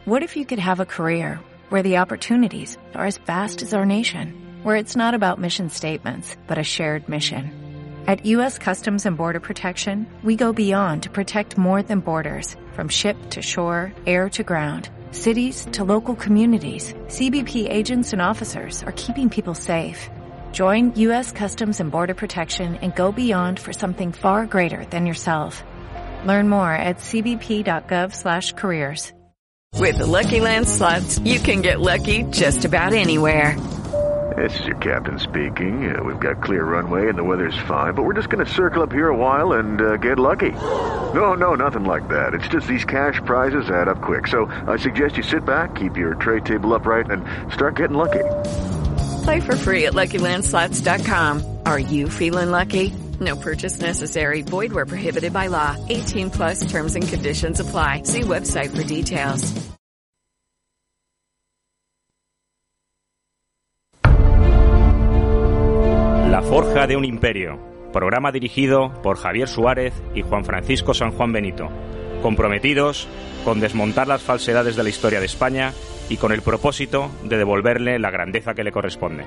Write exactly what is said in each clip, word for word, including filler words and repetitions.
What if you could have a career where the opportunities are as vast as our nation, where it's not about mission statements, but a shared mission? At U S Customs and Border Protection, we go beyond to protect more than borders, from ship to shore, air to ground, cities to local communities. C B P agents and officers are keeping people safe. Join U S Customs and Border Protection and go beyond for something far greater than yourself. Learn more at c b p dot gov slash careers. With the Lucky Land Slots, you can get lucky just about anywhere. This is your captain speaking. Uh, we've got clear runway and the weather's fine, but we're just going to circle up here a while and uh, get lucky. No, no, nothing like that. It's just these cash prizes add up quick. So I suggest you sit back, keep your tray table upright, and start getting lucky. Play for free at lucky land slots dot com. Are you feeling lucky? No purchase necessary. Void where prohibited by law. eighteen plus terms and conditions apply. See website for details. La Forja de un Imperio, programa dirigido por Javier Suárez y Juan Francisco San Juan Benito, comprometidos con desmontar las falsedades de la historia de España y con el propósito de devolverle la grandeza que le corresponde.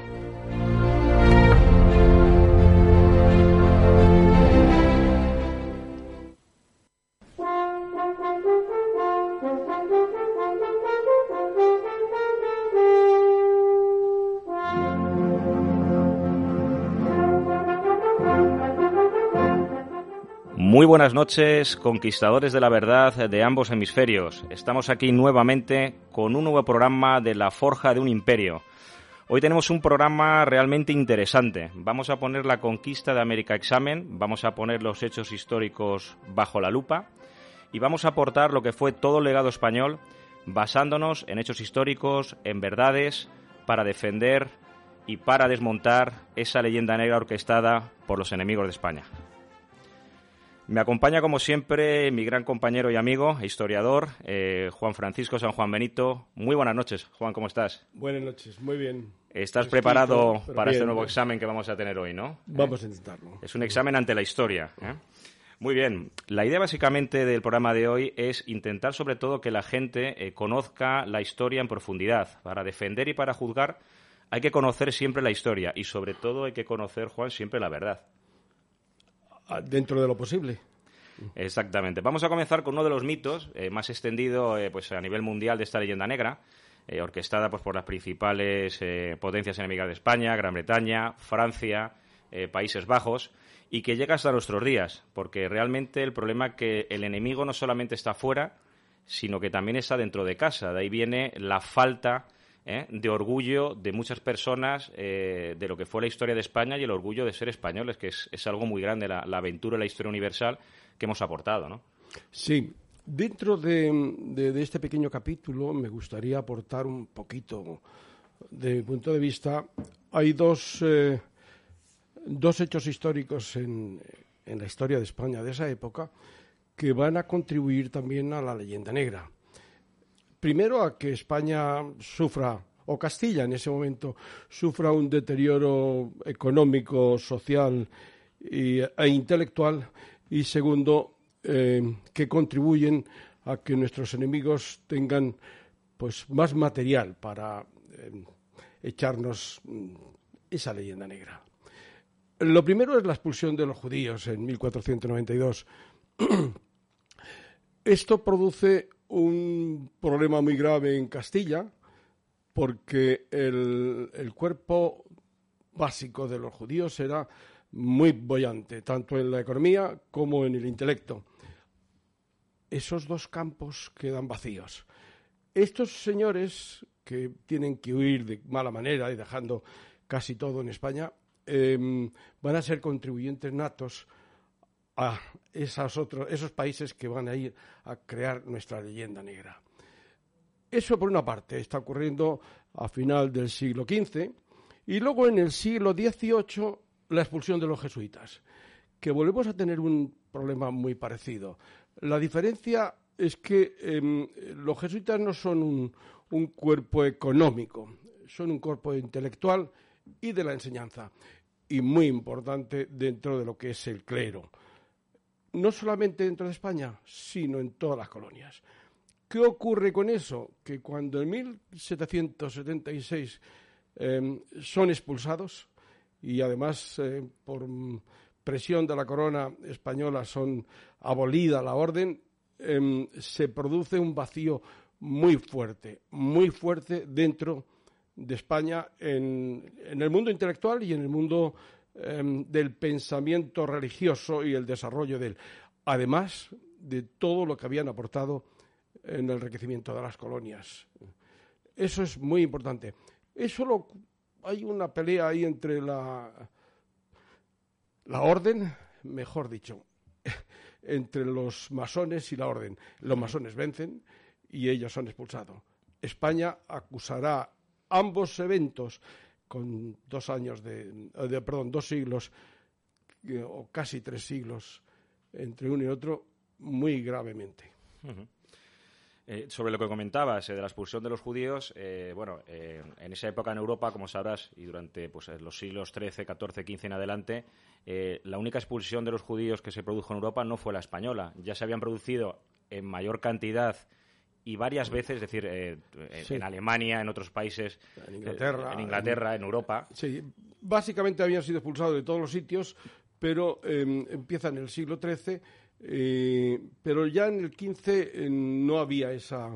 Muy buenas noches, conquistadores de la verdad de ambos hemisferios. Estamos aquí nuevamente con un nuevo programa de La Forja de un Imperio. Hoy tenemos un programa realmente interesante. Vamos a poner la conquista de América Examen, vamos a poner los hechos históricos bajo la lupa y vamos a aportar lo que fue todo el legado español basándonos en hechos históricos, en verdades, para defender y para desmontar esa leyenda negra orquestada por los enemigos de España. Me acompaña, como siempre, mi gran compañero y amigo, historiador, eh, Juan Francisco San Juan Benito. Muy buenas noches, Juan, ¿cómo estás? Buenas noches, muy bien. ¿Estás Escrito, preparado para bien, este nuevo bien. examen que vamos a tener hoy, no? Vamos ¿Eh? a intentarlo. Es un examen ante la historia, ¿eh? Muy bien. La idea básicamente del programa de hoy es intentar sobre todo que la gente eh, conozca la historia en profundidad. Para defender y para juzgar hay que conocer siempre la historia y sobre todo hay que conocer, Juan, siempre la verdad. Dentro de lo posible. Exactamente. Vamos a comenzar con uno de los mitos eh, más extendido eh, pues a nivel mundial de esta leyenda negra, eh, orquestada pues por las principales eh, potencias enemigas de España, Gran Bretaña, Francia, eh, Países Bajos, y que llega hasta nuestros días, porque realmente el problema es que el enemigo no solamente está fuera, sino que también está dentro de casa. De ahí viene la falta ¿eh? de orgullo de muchas personas eh, de lo que fue la historia de España y el orgullo de ser españoles, que es, es algo muy grande, la, la aventura y la historia universal que hemos aportado, ¿no? Sí. Dentro de, de, de este pequeño capítulo me gustaría aportar un poquito. De mi punto de vista, hay dos, eh, dos hechos históricos en, en la historia de España de esa época que van a contribuir también a la leyenda negra. Primero, a que España sufra, o Castilla en ese momento, sufra un deterioro económico, social y, e intelectual. Y segundo, eh, que contribuyen a que nuestros enemigos tengan pues más material para eh, echarnos esa leyenda negra. Lo primero es la expulsión de los judíos en mil cuatrocientos noventa y dos. Esto produce un problema muy grave en Castilla porque el, el cuerpo básico de los judíos era muy boyante, tanto en la economía como en el intelecto. Esos dos campos quedan vacíos. Estos señores que tienen que huir de mala manera y dejando casi todo en España, eh, van a ser contribuyentes natos a esas otros, esos países que van a ir a crear nuestra leyenda negra. Eso por una parte está ocurriendo a final del siglo quince y luego en el siglo dieciocho la expulsión de los jesuitas, que volvemos a tener un problema muy parecido. La diferencia es que eh, los jesuitas no son un, un cuerpo económico, son un cuerpo intelectual y de la enseñanza, y muy importante dentro de lo que es el clero. No solamente dentro de España, sino en todas las colonias. ¿Qué ocurre con eso? Que cuando en mil setecientos setenta y seis eh, son expulsados y además eh, por presión de la corona española son abolida la orden, eh, se produce un vacío muy fuerte, muy fuerte dentro de España en, en el mundo intelectual y en el mundo eh, del pensamiento religioso y el desarrollo de él, además de todo lo que habían aportado en el enriquecimiento de las colonias. Eso es muy importante. Eso lo, hay una pelea ahí entre la, la orden, mejor dicho, entre los masones y la orden. Los masones vencen y ellos son expulsados. España acusará ambos eventos con dos años de, de perdón, dos siglos o casi tres siglos entre uno y otro muy gravemente. Uh-huh. Eh, sobre lo que comentabas eh, de la expulsión de los judíos, eh, bueno, eh, en esa época en Europa, como sabrás, y durante pues, los siglos trece, catorce, quince en adelante, eh, la única expulsión de los judíos que se produjo en Europa no fue la española. Ya se habían producido en mayor cantidad y varias veces, es decir, eh, sí. en Alemania, en otros países, en Inglaterra, eh, en, Inglaterra en, en Europa. Sí, básicamente habían sido expulsados de todos los sitios, pero eh, empieza en el siglo trece. Eh, pero ya en el quince eh, no había esa.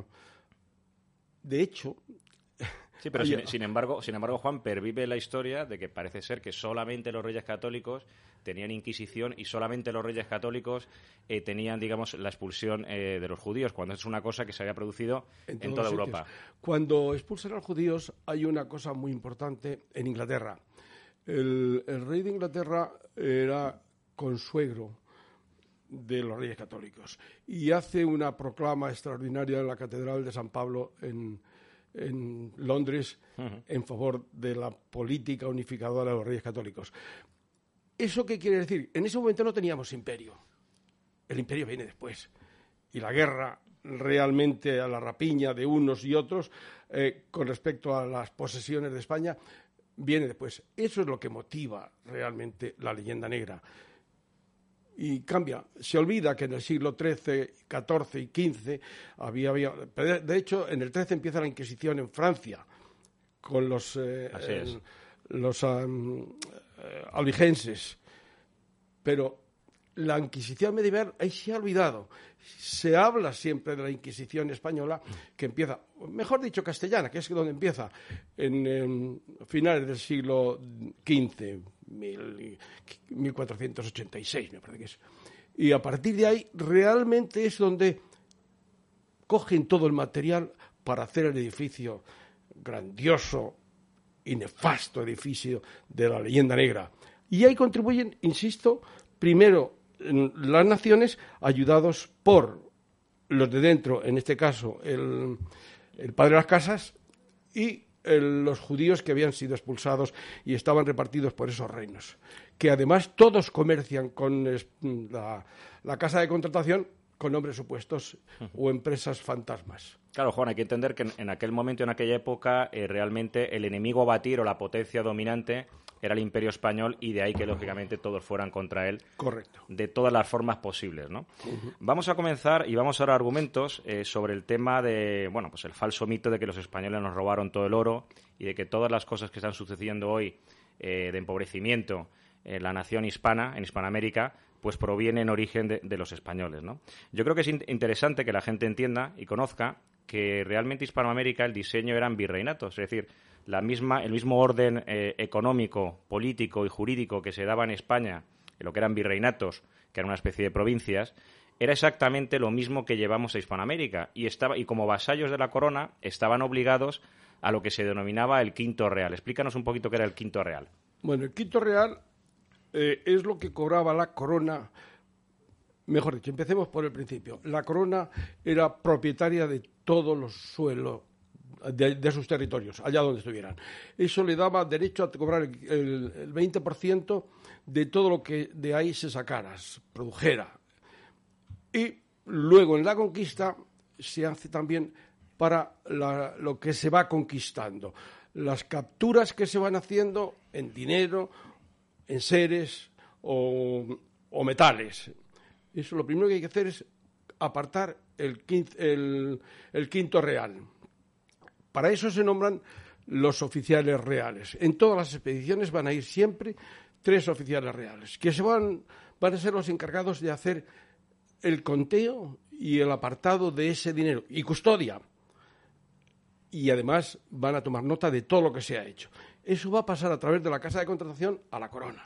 De hecho. Sí, pero sin, sin embargo, sin embargo, Juan, pervive la historia de que parece ser que solamente los reyes católicos tenían Inquisición y solamente los reyes católicos eh, tenían, digamos, la expulsión eh, de los judíos, cuando es una cosa que se había producido en, en toda Europa. Cuando expulsan a los judíos hay una cosa muy importante en Inglaterra. El, el rey de Inglaterra era consuegro de los reyes católicos y hace una proclama extraordinaria en la Catedral de San Pablo en, en Londres uh-huh. en favor de la política unificadora de los reyes católicos. ¿Eso qué quiere decir? En ese momento no teníamos imperio. El imperio viene después. Y la guerra realmente a la rapiña de unos y otros eh, con respecto a las posesiones de España viene después. Eso es lo que motiva realmente la leyenda negra. Y cambia. Se olvida que en el siglo trece, catorce y quince había, había... De hecho, en el trece empieza la Inquisición en Francia con los, eh, el, los um, eh, albigenses. Pero la Inquisición medieval ahí se ha olvidado. Se habla siempre de la Inquisición española, que empieza, mejor dicho, castellana, que es donde empieza, en, en finales del siglo quince, mil cuatrocientos ochenta y seis, me parece que es. Y a partir de ahí, realmente es donde cogen todo el material para hacer el edificio grandioso y nefasto edificio de la leyenda negra. Y ahí contribuyen, insisto, primero las naciones ayudados por los de dentro, en este caso el, el padre de las casas y el, los judíos que habían sido expulsados y estaban repartidos por esos reinos, que además todos comercian con la, la casa de contratación con nombres supuestos o empresas fantasmas. Claro, Juan, hay que entender que en, en aquel momento, en aquella época, eh, realmente el enemigo a batir o la potencia dominante era el Imperio Español y de ahí que, lógicamente, todos fueran contra él. Correcto. De todas las formas posibles, ¿no? Uh-huh. Vamos a comenzar y vamos a dar argumentos eh, sobre el tema de, bueno, pues el falso mito de que los españoles nos robaron todo el oro y de que todas las cosas que están sucediendo hoy eh, de empobrecimiento en la nación hispana, en Hispanoamérica, pues proviene en origen de, de los españoles, ¿no? Yo creo que es in- interesante que la gente entienda y conozca que realmente Hispanoamérica el diseño eran virreinatos, es decir, la misma, el mismo orden eh, económico, político y jurídico que se daba en España, en lo que eran virreinatos, que eran una especie de provincias, era exactamente lo mismo que llevamos a Hispanoamérica y, estaba, y como vasallos de la corona estaban obligados a lo que se denominaba el quinto real. Explícanos un poquito qué era el quinto real. Bueno, el quinto real eh, es lo que cobraba la corona. Mejor dicho, empecemos por el principio. La corona era propietaria de todos los suelos de, de sus territorios, allá donde estuvieran. Eso le daba derecho a cobrar el, el, el veinte por ciento de todo lo que de ahí se sacara, produjera. Y luego en la conquista se hace también para la, lo que se va conquistando. Las capturas que se van haciendo en dinero, en seres o, o metales. Eso lo primero que hay que hacer es apartar el, quince, el, el quinto real. Para eso se nombran los oficiales reales. En todas las expediciones van a ir siempre tres oficiales reales, que se van, van a ser los encargados de hacer el conteo y el apartado de ese dinero, y custodia. Y además van a tomar nota de todo lo que se ha hecho. Eso va a pasar a través de la casa de contratación a la corona.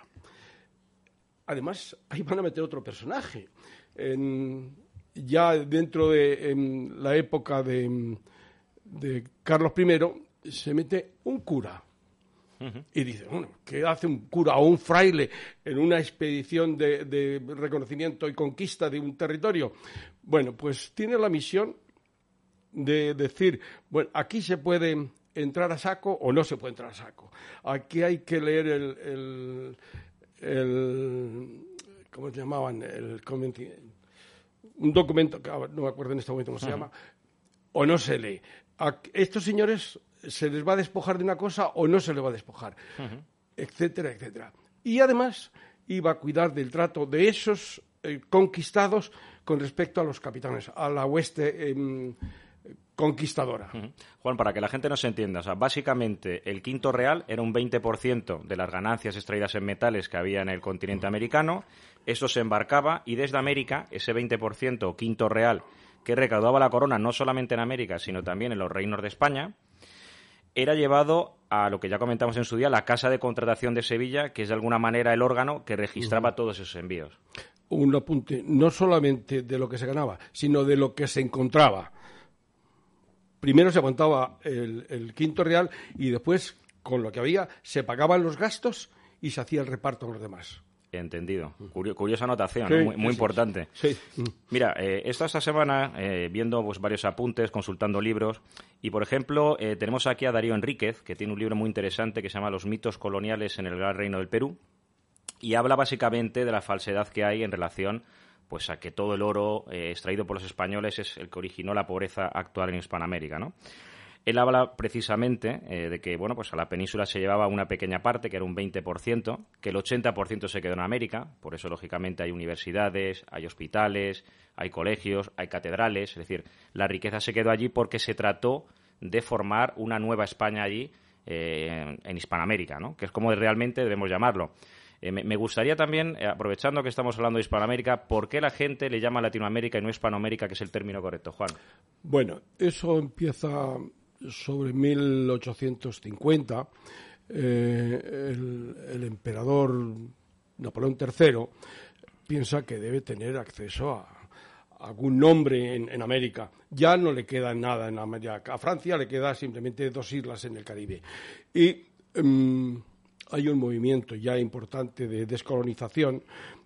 Además, ahí van a meter otro personaje. En, ya dentro de en la época de, de Carlos primero, se mete un cura. Uh-huh. Y dice, bueno, ¿qué hace un cura o un fraile en una expedición de, de reconocimiento y conquista de un territorio? Bueno, pues tiene la misión de decir, bueno, aquí se puede entrar a saco o no se puede entrar a saco. Aquí hay que leer el, el, el ¿cómo se llamaban? El, un documento, que no me acuerdo en este momento cómo se uh-huh. llama, o no se lee. A estos señores se les va a despojar de una cosa o no se les va a despojar, uh-huh. etcétera, etcétera. Y además iba a cuidar del trato de esos eh, conquistados con respecto a los capitanes, a la hueste eh, conquistadora. Uh-huh. Juan, para que la gente no se entienda, o sea, básicamente el quinto real era un veinte por ciento de las ganancias extraídas en metales que había en el continente americano, eso se embarcaba y desde América, ese veinte por ciento quinto real que recaudaba la corona no solamente en América, sino también en los reinos de España, era llevado a lo que ya comentamos en su día, la Casa de Contratación de Sevilla, que es de alguna manera el órgano que registraba uh-huh. todos esos envíos. Un apunte, no solamente de lo que se ganaba, sino de lo que se encontraba. Primero se aguantaba el, el quinto real y después, con lo que había, se pagaban los gastos y se hacía el reparto con los demás. Entendido. Curiosa anotación, sí, ¿no? muy, muy sí, importante. Sí. Mira, eh, esta, esta semana, eh, viendo pues, varios apuntes, consultando libros, y por ejemplo, eh, tenemos aquí a Darío Enríquez, que tiene un libro muy interesante que se llama Los mitos coloniales en el Gran Reino del Perú, y habla básicamente de la falsedad que hay en relación pues a que todo el oro eh, extraído por los españoles es el que originó la pobreza actual en Hispanoamérica, ¿no? Él habla precisamente eh, de que bueno, pues a la península se llevaba una pequeña parte, que era un veinte por ciento, que el ochenta por ciento se quedó en América, por eso, lógicamente, hay universidades, hay hospitales, hay colegios, hay catedrales, es decir, la riqueza se quedó allí porque se trató de formar una nueva España allí, eh, en Hispanoamérica, ¿no? Que es como realmente debemos llamarlo. Eh, me, me gustaría también, eh, aprovechando que estamos hablando de Hispanoamérica, ¿por qué la gente le llama Latinoamérica y no Hispanoamérica, que es el término correcto, Juan? Bueno, eso empieza sobre mil ochocientos cincuenta, eh, el, el emperador Napoleón tercero piensa que debe tener acceso a, a algún nombre en, en América. Ya no le queda nada en América. A Francia le queda simplemente dos islas en el Caribe. Y um, hay un movimiento ya importante de descolonización.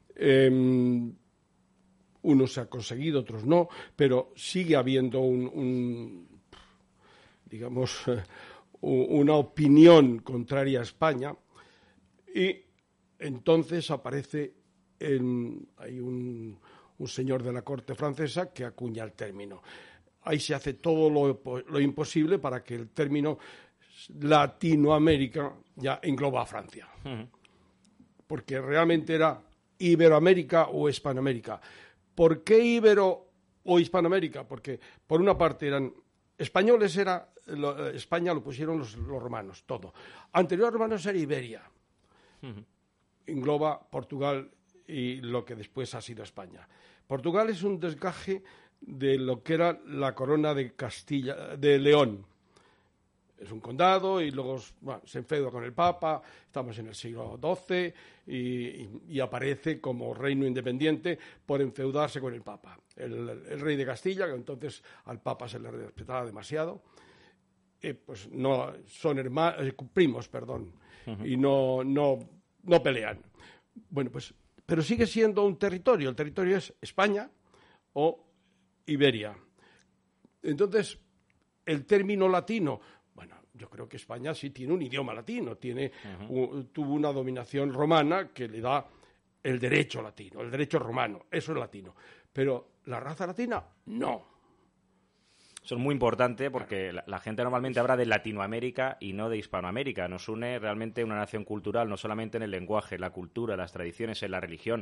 Um, unos se ha conseguido, otros no, pero sigue habiendo un... un digamos, una opinión contraria a España, y entonces aparece en, hay un, un señor de la corte francesa que acuña el término. Ahí se hace todo lo, lo imposible para que el término Latinoamérica ya engloba a Francia. Uh-huh. Porque realmente era Iberoamérica o Hispanoamérica. ¿Por qué Ibero o Hispanoamérica? Porque por una parte eran españoles, era lo, España lo pusieron los, los romanos, todo. Anterior a los romanos era Iberia. Uh-huh. Engloba Portugal y lo que después ha sido España. Portugal es un desgaje de lo que era la corona de Castilla, de León. Es un condado y luego bueno, se enfeuda con el Papa, estamos en el siglo doce y, y, y aparece como reino independiente por enfeudarse con el Papa. El, el rey de Castilla, que entonces al Papa se le respetaba demasiado, eh, pues no son hermanos, eh, primos, perdón, uh-huh. y no, no, no pelean. Bueno, pues, pero sigue siendo un territorio. El territorio es España o Iberia. Entonces, el término latino, bueno, yo creo que España sí tiene un idioma latino, tiene, uh-huh. un, tuvo una dominación romana que le da el derecho latino, el derecho romano, eso es latino. Pero la raza latina, no. Eso es muy importante porque claro. la, la gente normalmente habla de Latinoamérica y no de Hispanoamérica. Nos une realmente una nación cultural, no solamente en el lenguaje, la cultura, las tradiciones, en la religión.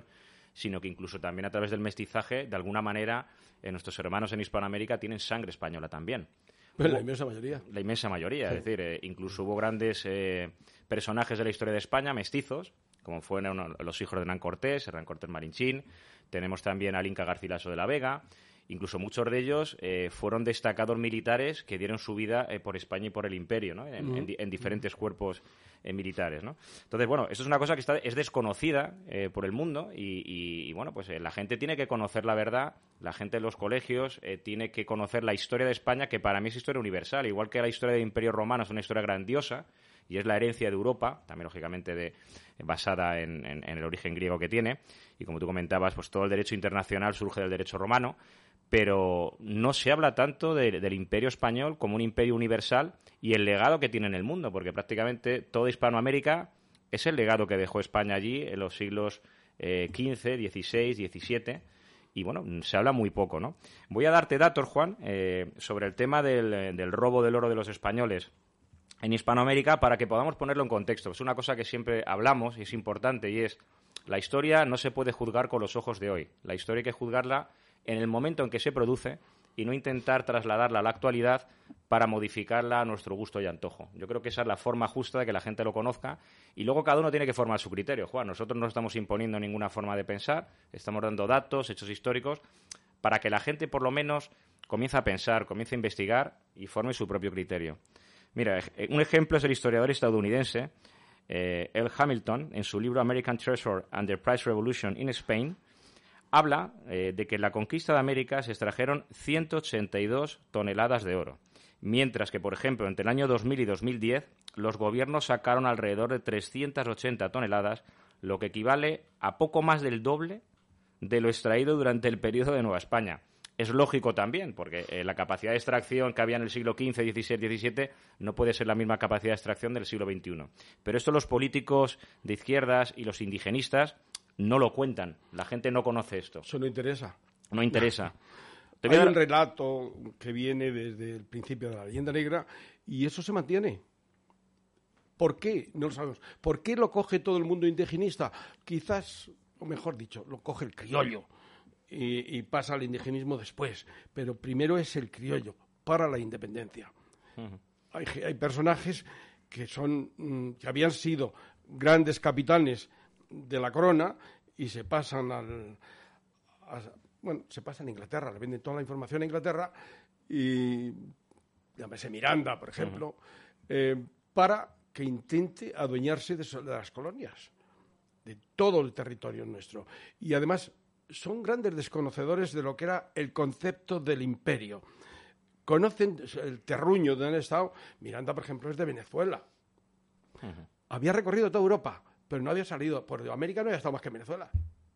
sino que incluso también a través del mestizaje, de alguna manera, eh, nuestros hermanos en Hispanoamérica tienen sangre española también. Pues la inmensa mayoría. La inmensa mayoría, sí. Es decir, eh, incluso hubo grandes eh, personajes de la historia de España, mestizos, como fueron los hijos de Hernán Cortés, Hernán Cortés Marinchín. Tenemos también al Inca Garcilaso de la Vega. Incluso muchos de ellos eh, fueron destacados militares que dieron su vida eh, por España y por el Imperio, ¿no? En, uh-huh. en, en diferentes cuerpos eh, militares, ¿no? Entonces, bueno, esto es una cosa que está, es desconocida eh, por el mundo y, y, y bueno, pues eh, la gente tiene que conocer la verdad, la gente en los colegios eh, tiene que conocer la historia de España, que para mí es historia universal, igual que la historia del Imperio Romano es una historia grandiosa y es la herencia de Europa, también lógicamente de, basada en, en, en el origen griego que tiene, y como tú comentabas, pues todo el derecho internacional surge del derecho romano, pero no se habla tanto de, del Imperio Español como un imperio universal y el legado que tiene en el mundo, porque prácticamente toda Hispanoamérica es el legado que dejó España allí en los siglos eh, quince, dieciséis, diecisiete, y bueno, se habla muy poco, ¿no? Voy a darte datos, Juan, eh, sobre el tema del, del robo del oro de los españoles en Hispanoamérica para que podamos ponerlo en contexto. Es una cosa que siempre hablamos y es importante, y es la historia no se puede juzgar con los ojos de hoy. La historia hay que juzgarla en el momento en que se produce y no intentar trasladarla a la actualidad para modificarla a nuestro gusto y antojo. Yo creo que esa es la forma justa de que la gente lo conozca y luego cada uno tiene que formar su criterio. Juan, nosotros no estamos imponiendo ninguna forma de pensar, estamos dando datos, hechos históricos, para que la gente por lo menos comience a pensar, comience a investigar y forme su propio criterio. Mira, un ejemplo es el historiador estadounidense eh, L. Hamilton, en su libro American Treasure and the Price Revolution in Spain, habla eh, de que en la conquista de América se extrajeron ciento ochenta y dos toneladas de oro, mientras que, por ejemplo, entre el año dos mil y dos mil diez, los gobiernos sacaron alrededor de trescientas ochenta toneladas, lo que equivale a poco más del doble de lo extraído durante el periodo de Nueva España. Es lógico también, porque eh, la capacidad de extracción que había en el siglo quince, dieciséis, diecisiete no puede ser la misma capacidad de extracción del siglo veintiuno. Pero esto los políticos de izquierdas y los indigenistas no lo cuentan. La gente no conoce esto. Eso no interesa. No interesa. Hay dar... un relato que viene desde el principio de la leyenda negra y eso se mantiene. ¿Por qué? No lo sabemos. ¿Por qué lo coge todo el mundo indigenista? Quizás, o mejor dicho, lo coge el criollo y, y pasa al indigenismo después. Pero primero es el criollo para la independencia. Uh-huh. Hay, hay personajes que son que habían sido grandes capitanes de la corona y se pasan al a, bueno, se pasan a Inglaterra, le venden toda la información a Inglaterra y llámese Miranda, por ejemplo, uh-huh. eh, para que intente adueñarse de, de las colonias, de todo el territorio nuestro. Y además son grandes desconocedores de lo que era el concepto del imperio. Conocen el terruño donde han estado. Miranda, por ejemplo, es de Venezuela. Uh-huh. Había recorrido toda Europa, pero no había salido. Por América no había estado más que en Venezuela.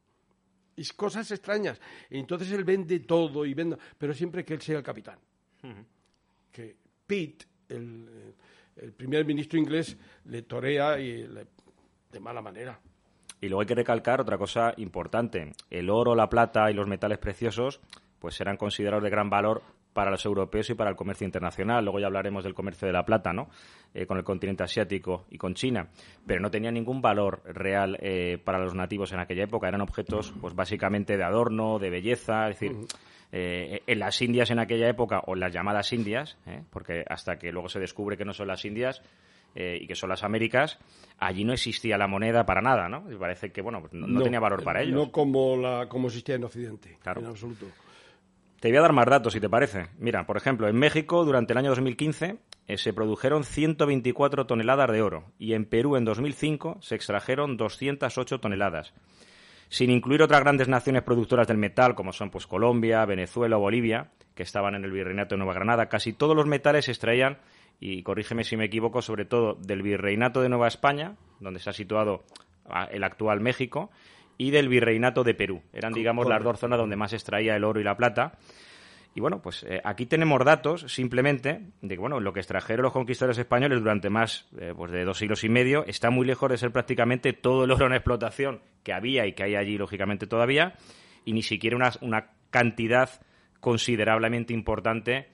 Y cosas extrañas. Y entonces él vende todo y vende, pero siempre que él sea el capitán. Uh-huh. Que Pitt, el, el primer ministro inglés, le torea y le, de mala manera. Y luego hay que recalcar otra cosa importante. El oro, la plata y los metales preciosos pues eran considerados de gran valor para los europeos y para el comercio internacional. Luego ya hablaremos del comercio de la plata, ¿no? Eh, con el continente asiático y con China. Pero no tenía ningún valor real eh, para los nativos en aquella época. Eran objetos, pues básicamente de adorno, de belleza. Es decir, eh, en las Indias en aquella época, o en las llamadas Indias, ¿eh? porque hasta que luego se descubre que no son las Indias eh, y que son las Américas, allí no existía la moneda para nada, ¿no? Y parece que, bueno, pues no, no, no tenía valor para ellos. No como, la, como existía en Occidente, claro. En absoluto. Te voy a dar más datos, si te parece. Mira, por ejemplo, en México, durante el año dos mil quince, eh, se produjeron ciento veinticuatro toneladas de oro y en Perú, en dos mil cinco, se extrajeron doscientas ocho toneladas. Sin incluir otras grandes naciones productoras del metal, como son pues Colombia, Venezuela o Bolivia, que estaban en el Virreinato de Nueva Granada, casi todos los metales se extraían, y corrígeme si me equivoco, sobre todo del Virreinato de Nueva España, donde se ha situado el actual México, y del Virreinato de Perú. Eran, digamos, las dos zonas donde más se extraía el oro y la plata. Y bueno, pues eh, aquí tenemos datos, simplemente, de que bueno, lo que extrajeron los conquistadores españoles durante más eh, pues de dos siglos y medio está muy lejos de ser prácticamente todo el oro en explotación que había y que hay allí, lógicamente, todavía, y ni siquiera una, una cantidad considerablemente importante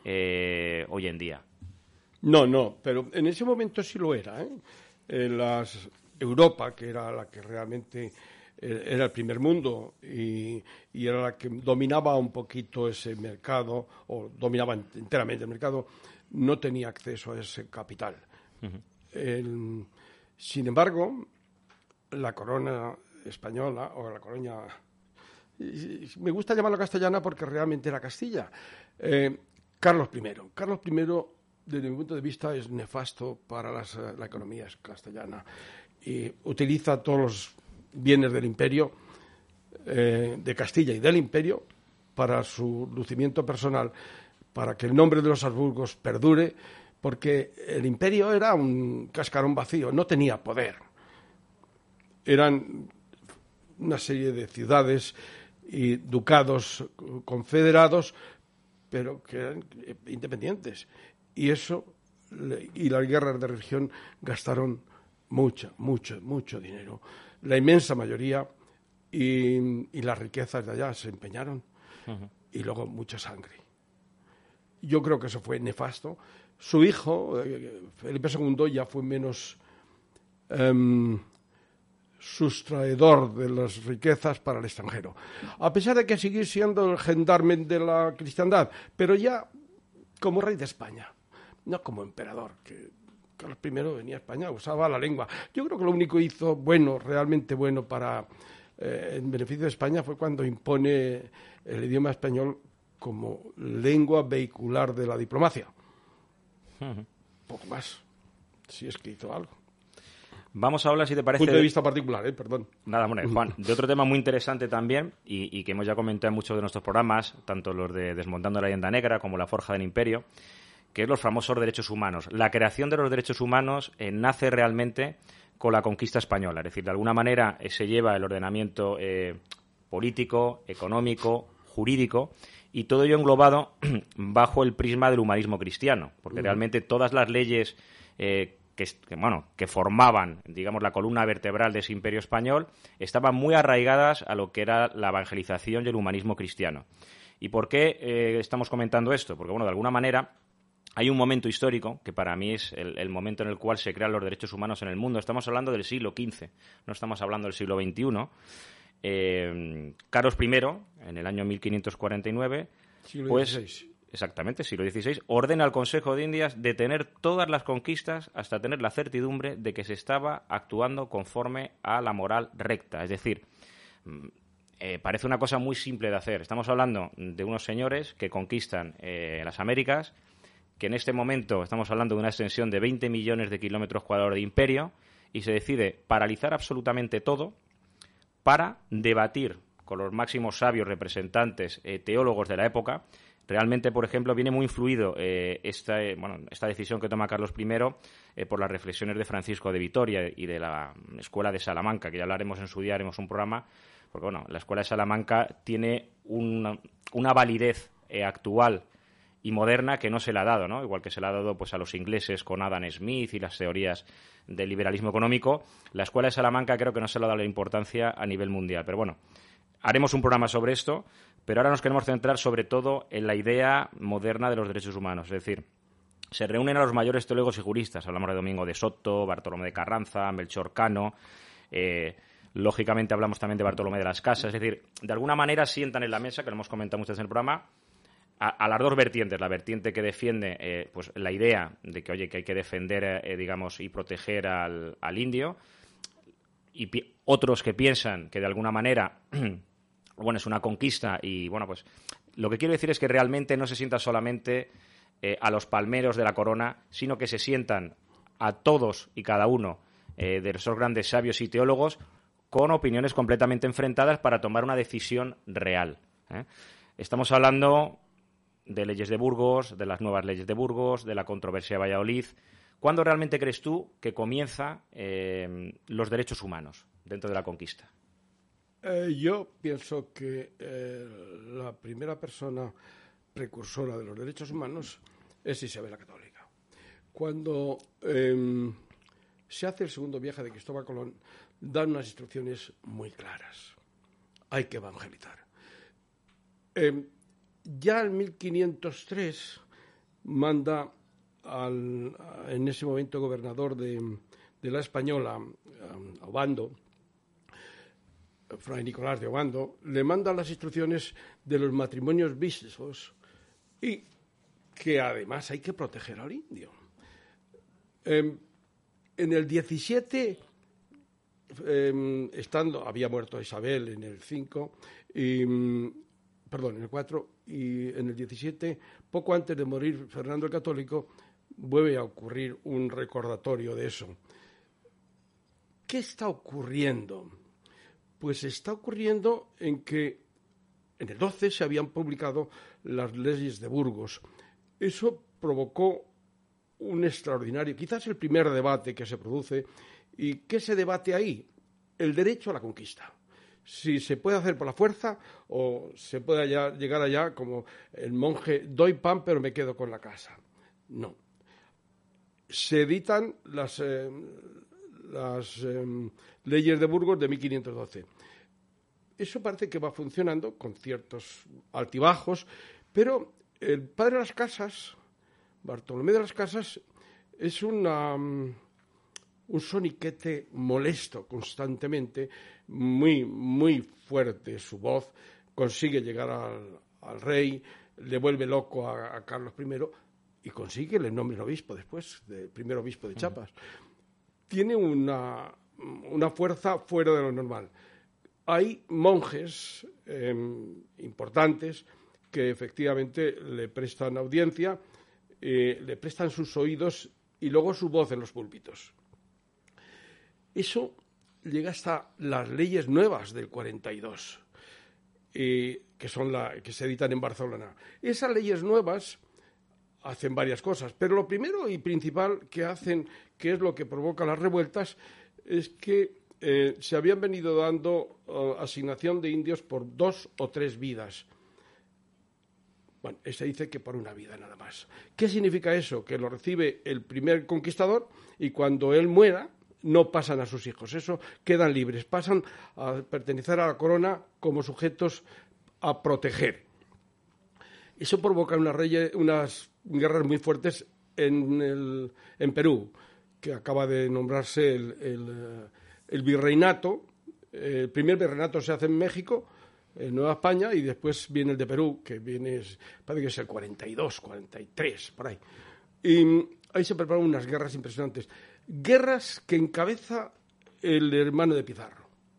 eh, hoy en día. No, no, pero en ese momento sí lo era, ¿eh? En las Europa, que era la que realmente era el primer mundo y, y era la que dominaba un poquito ese mercado, o dominaba enteramente el mercado, no tenía acceso a ese capital. Uh-huh. El, sin embargo, la corona española, o la corona... Me gusta llamarlo castellana porque realmente era Castilla. Eh, Carlos primero. Carlos primero, desde mi punto de vista, es nefasto para las, la economía castellana. Y utiliza todos los bienes del imperio, eh, de Castilla y del imperio, para su lucimiento personal, para que el nombre de los Habsburgos perdure, porque el imperio era un cascarón vacío, no tenía poder. Eran una serie de ciudades y ducados confederados, pero que eran independientes. Y eso, y las guerras de religión gastaron mucho, mucho, mucho dinero. La inmensa mayoría y, y las riquezas de allá se empeñaron. Uh-huh. Y luego mucha sangre. Yo creo que eso fue nefasto. Su hijo, eh, Felipe segundo, ya fue menos um, sustraedor de las riquezas para el extranjero. A pesar de que siguió siendo el gendarme de la cristiandad, pero ya como rey de España, no como emperador, que Carlos primero venía a España, usaba la lengua. Yo creo que lo único que hizo bueno, realmente bueno para eh, en beneficio de España fue cuando impone el idioma español como lengua vehicular de la diplomacia. Uh-huh. Poco más, si es que hizo algo. Vamos a hablar, si te parece... Punto de vista particular, ¿eh? Perdón. Nada, bueno, Juan, de otro tema muy interesante también, y, y que hemos ya comentado en muchos de nuestros programas, tanto los de Desmontando la Leyenda Negra como La Forja del Imperio, que es los famosos derechos humanos. La creación de los derechos humanos eh, nace realmente con la conquista española. Es decir, de alguna manera eh, se lleva el ordenamiento eh, político, económico, jurídico, y todo ello englobado bajo el prisma del humanismo cristiano, porque uh-huh. realmente todas las leyes eh, que, que, bueno, que formaban, digamos, la columna vertebral de ese imperio español estaban muy arraigadas a lo que era la evangelización y el humanismo cristiano. ¿Y por qué eh, estamos comentando esto? Porque, bueno, de alguna manera hay un momento histórico que para mí es el, el momento en el cual se crean los derechos humanos en el mundo. Estamos hablando del siglo quince, no estamos hablando del siglo veintiuno. Eh, Carlos primero, en el año mil quinientos cuarenta y nueve, siglo pues, dieciséis. Exactamente, siglo dieciséis, ordena al Consejo de Indias detener todas las conquistas hasta tener la certidumbre de que se estaba actuando conforme a la moral recta. Es decir, eh, parece una cosa muy simple de hacer. Estamos hablando de unos señores que conquistan eh, las Américas, que en este momento estamos hablando de una extensión de veinte millones de kilómetros cuadrados de imperio, y se decide paralizar absolutamente todo para debatir con los máximos sabios representantes eh, teólogos de la época. Realmente, por ejemplo, viene muy influido eh, esta, eh, bueno, esta decisión que toma Carlos primero eh, por las reflexiones de Francisco de Vitoria y de la Escuela de Salamanca, que ya hablaremos en su día, haremos un programa, porque bueno, la Escuela de Salamanca tiene una, una validez eh, actual y moderna que no se le ha dado, ¿no? Igual que se le ha dado pues a los ingleses con Adam Smith y las teorías del liberalismo económico, la Escuela de Salamanca creo que no se le ha dado la importancia a nivel mundial. Pero bueno, haremos un programa sobre esto, pero ahora nos queremos centrar sobre todo en la idea moderna de los derechos humanos. Es decir, se reúnen a los mayores teólogos y juristas. Hablamos de Domingo de Soto, Bartolomé de Carranza, Melchor Cano. Eh, lógicamente hablamos también de Bartolomé de las Casas. Es decir, de alguna manera sientan en la mesa, que lo hemos comentado muchas veces en el programa, a, a las dos vertientes. La vertiente que defiende eh, pues la idea de que, oye, que hay que defender, eh, digamos, y proteger al, al indio. Y pi- otros que piensan que de alguna manera... bueno, es una conquista y, bueno, pues lo que quiero decir es que realmente no se sientan solamente eh, a los palmeros de la corona, sino que se sientan a todos y cada uno eh, de esos grandes sabios y teólogos con opiniones completamente enfrentadas para tomar una decisión real, ¿eh? Estamos hablando de leyes de Burgos, de las nuevas leyes de Burgos, de la controversia de Valladolid. ¿Cuándo realmente crees tú que comienza eh, los derechos humanos dentro de la conquista? Eh, yo pienso que eh, la primera persona precursora de los derechos humanos es Isabel la Católica. Cuando eh, se hace el segundo viaje de Cristóbal Colón, dan unas instrucciones muy claras. Hay que evangelizar. Eh, ya en mil quinientos tres manda al, en ese momento gobernador de, de la Española, a Obando, Fray Nicolás de Obando, le manda las instrucciones de los matrimonios vistos y que además hay que proteger al indio. Eh, en el diecisiete, eh, estando, había muerto Isabel en el cinco, y, perdón, en el cuatro, y en el diecisiete, poco antes de morir Fernando el Católico, vuelve a ocurrir un recordatorio de eso. ¿Qué está ocurriendo? Pues está ocurriendo en que en el doce se habían publicado las leyes de Burgos. Eso provocó un extraordinario, quizás el primer debate que se produce. ¿Y qué se debate ahí? El derecho a la conquista. Si se puede hacer por la fuerza o se puede allá, llegar allá como el monje, doy pan pero me quedo con la casa. No. Se editan las... Eh, las eh, leyes de Burgos de mil quinientos doce. Eso parece que va funcionando con ciertos altibajos, pero el padre de las Casas, Bartolomé de las Casas, es una, um, un soniquete molesto constantemente, muy, muy fuerte su voz, consigue llegar al, al rey, le vuelve loco a, a Carlos primero y consigue el nombre de obispo después, del primer obispo de Chiapas. Uh-huh. Tiene una, una fuerza fuera de lo normal. Hay monjes eh, importantes que efectivamente le prestan audiencia, eh, le prestan sus oídos y luego su voz en los púlpitos. Eso llega hasta las leyes nuevas del cuarenta y dos, eh, que son la, que se editan en Barcelona. Esas leyes nuevas hacen varias cosas, pero lo primero y principal que hacen, que es lo que provoca las revueltas, es que eh, se habían venido dando uh, asignación de indios por dos o tres vidas. Bueno, se dice que por una vida nada más. ¿Qué significa eso? Que lo recibe el primer conquistador y cuando él muera no pasan a sus hijos. Eso quedan libres, pasan a pertenecer a la corona como sujetos a proteger. Eso provoca unas, reyes, unas guerras muy fuertes en, el, en Perú, que acaba de nombrarse el, el, el virreinato. El primer virreinato se hace en México, en Nueva España, y después viene el de Perú, que viene, parece que es el cuarenta y dos, cuarenta y tres, por ahí. Y ahí se preparan unas guerras impresionantes. Guerras que encabeza el hermano de Pizarro.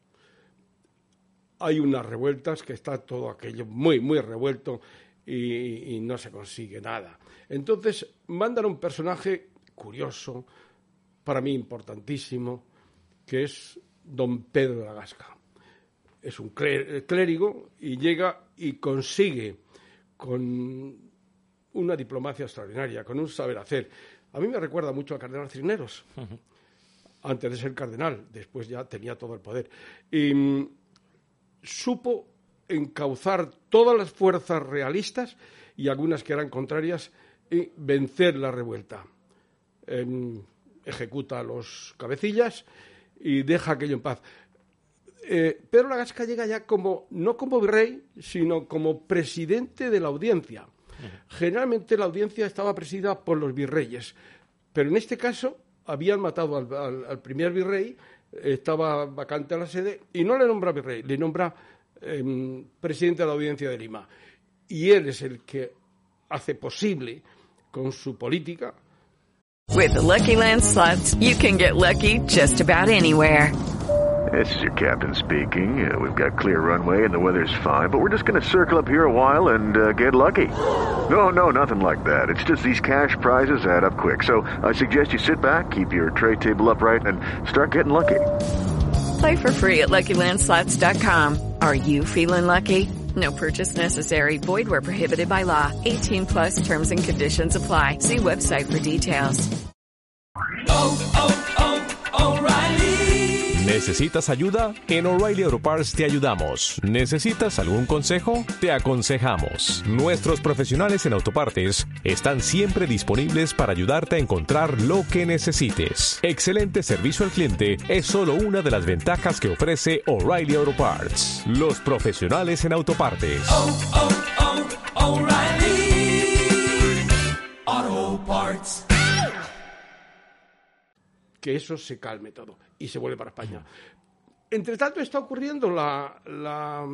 Hay unas revueltas que está todo aquello muy, muy revuelto y, y no se consigue nada. Entonces mandan un personaje curioso, para mí importantísimo, que es don Pedro de la Gasca. Es un clérigo y llega y consigue, con una diplomacia extraordinaria, con un saber hacer. A mí me recuerda mucho al cardenal Cisneros, uh-huh. Antes de ser cardenal, después ya tenía todo el poder. Y um, supo encauzar todas las fuerzas realistas y algunas que eran contrarias y vencer la revuelta. Eh, ejecuta a los cabecillas y deja aquello en paz. Eh, Pedro la Gasca llega ya como, no como virrey, sino como presidente de la audiencia. Uh-huh. Generalmente la audiencia estaba presidida por los virreyes, pero en este caso habían matado al, al, al primer virrey, estaba vacante la sede, y no le nombra virrey, le nombra eh, presidente de la audiencia de Lima. Y él es el que hace posible, con su política. With the Lucky Land Slots, you can get lucky just about anywhere. This is your captain speaking. Uh, we've got clear runway and the weather's fine, but we're just going to circle up here a while and uh, get lucky. No, no, nothing like that. It's just these cash prizes add up quick. So I suggest you sit back, keep your tray table upright, and start getting lucky. Play for free at Lucky Land Slots dot com. Are you feeling lucky? No purchase necessary. Void where prohibited by law. eighteen plus terms and conditions apply. See website for details. Oh, oh, oh, O'Reilly. ¿Necesitas ayuda? En O'Reilly Auto Parts te ayudamos. ¿Necesitas algún consejo? Te aconsejamos. Nuestros profesionales en autopartes están siempre disponibles para ayudarte a encontrar lo que necesites. Excelente servicio al cliente es solo una de las ventajas que ofrece O'Reilly Auto Parts. Los profesionales en autopartes. Oh, oh, oh, O'Reilly Auto Parts. Que eso se calme todo y se vuelve para España. entre tanto está ocurriendo la, la,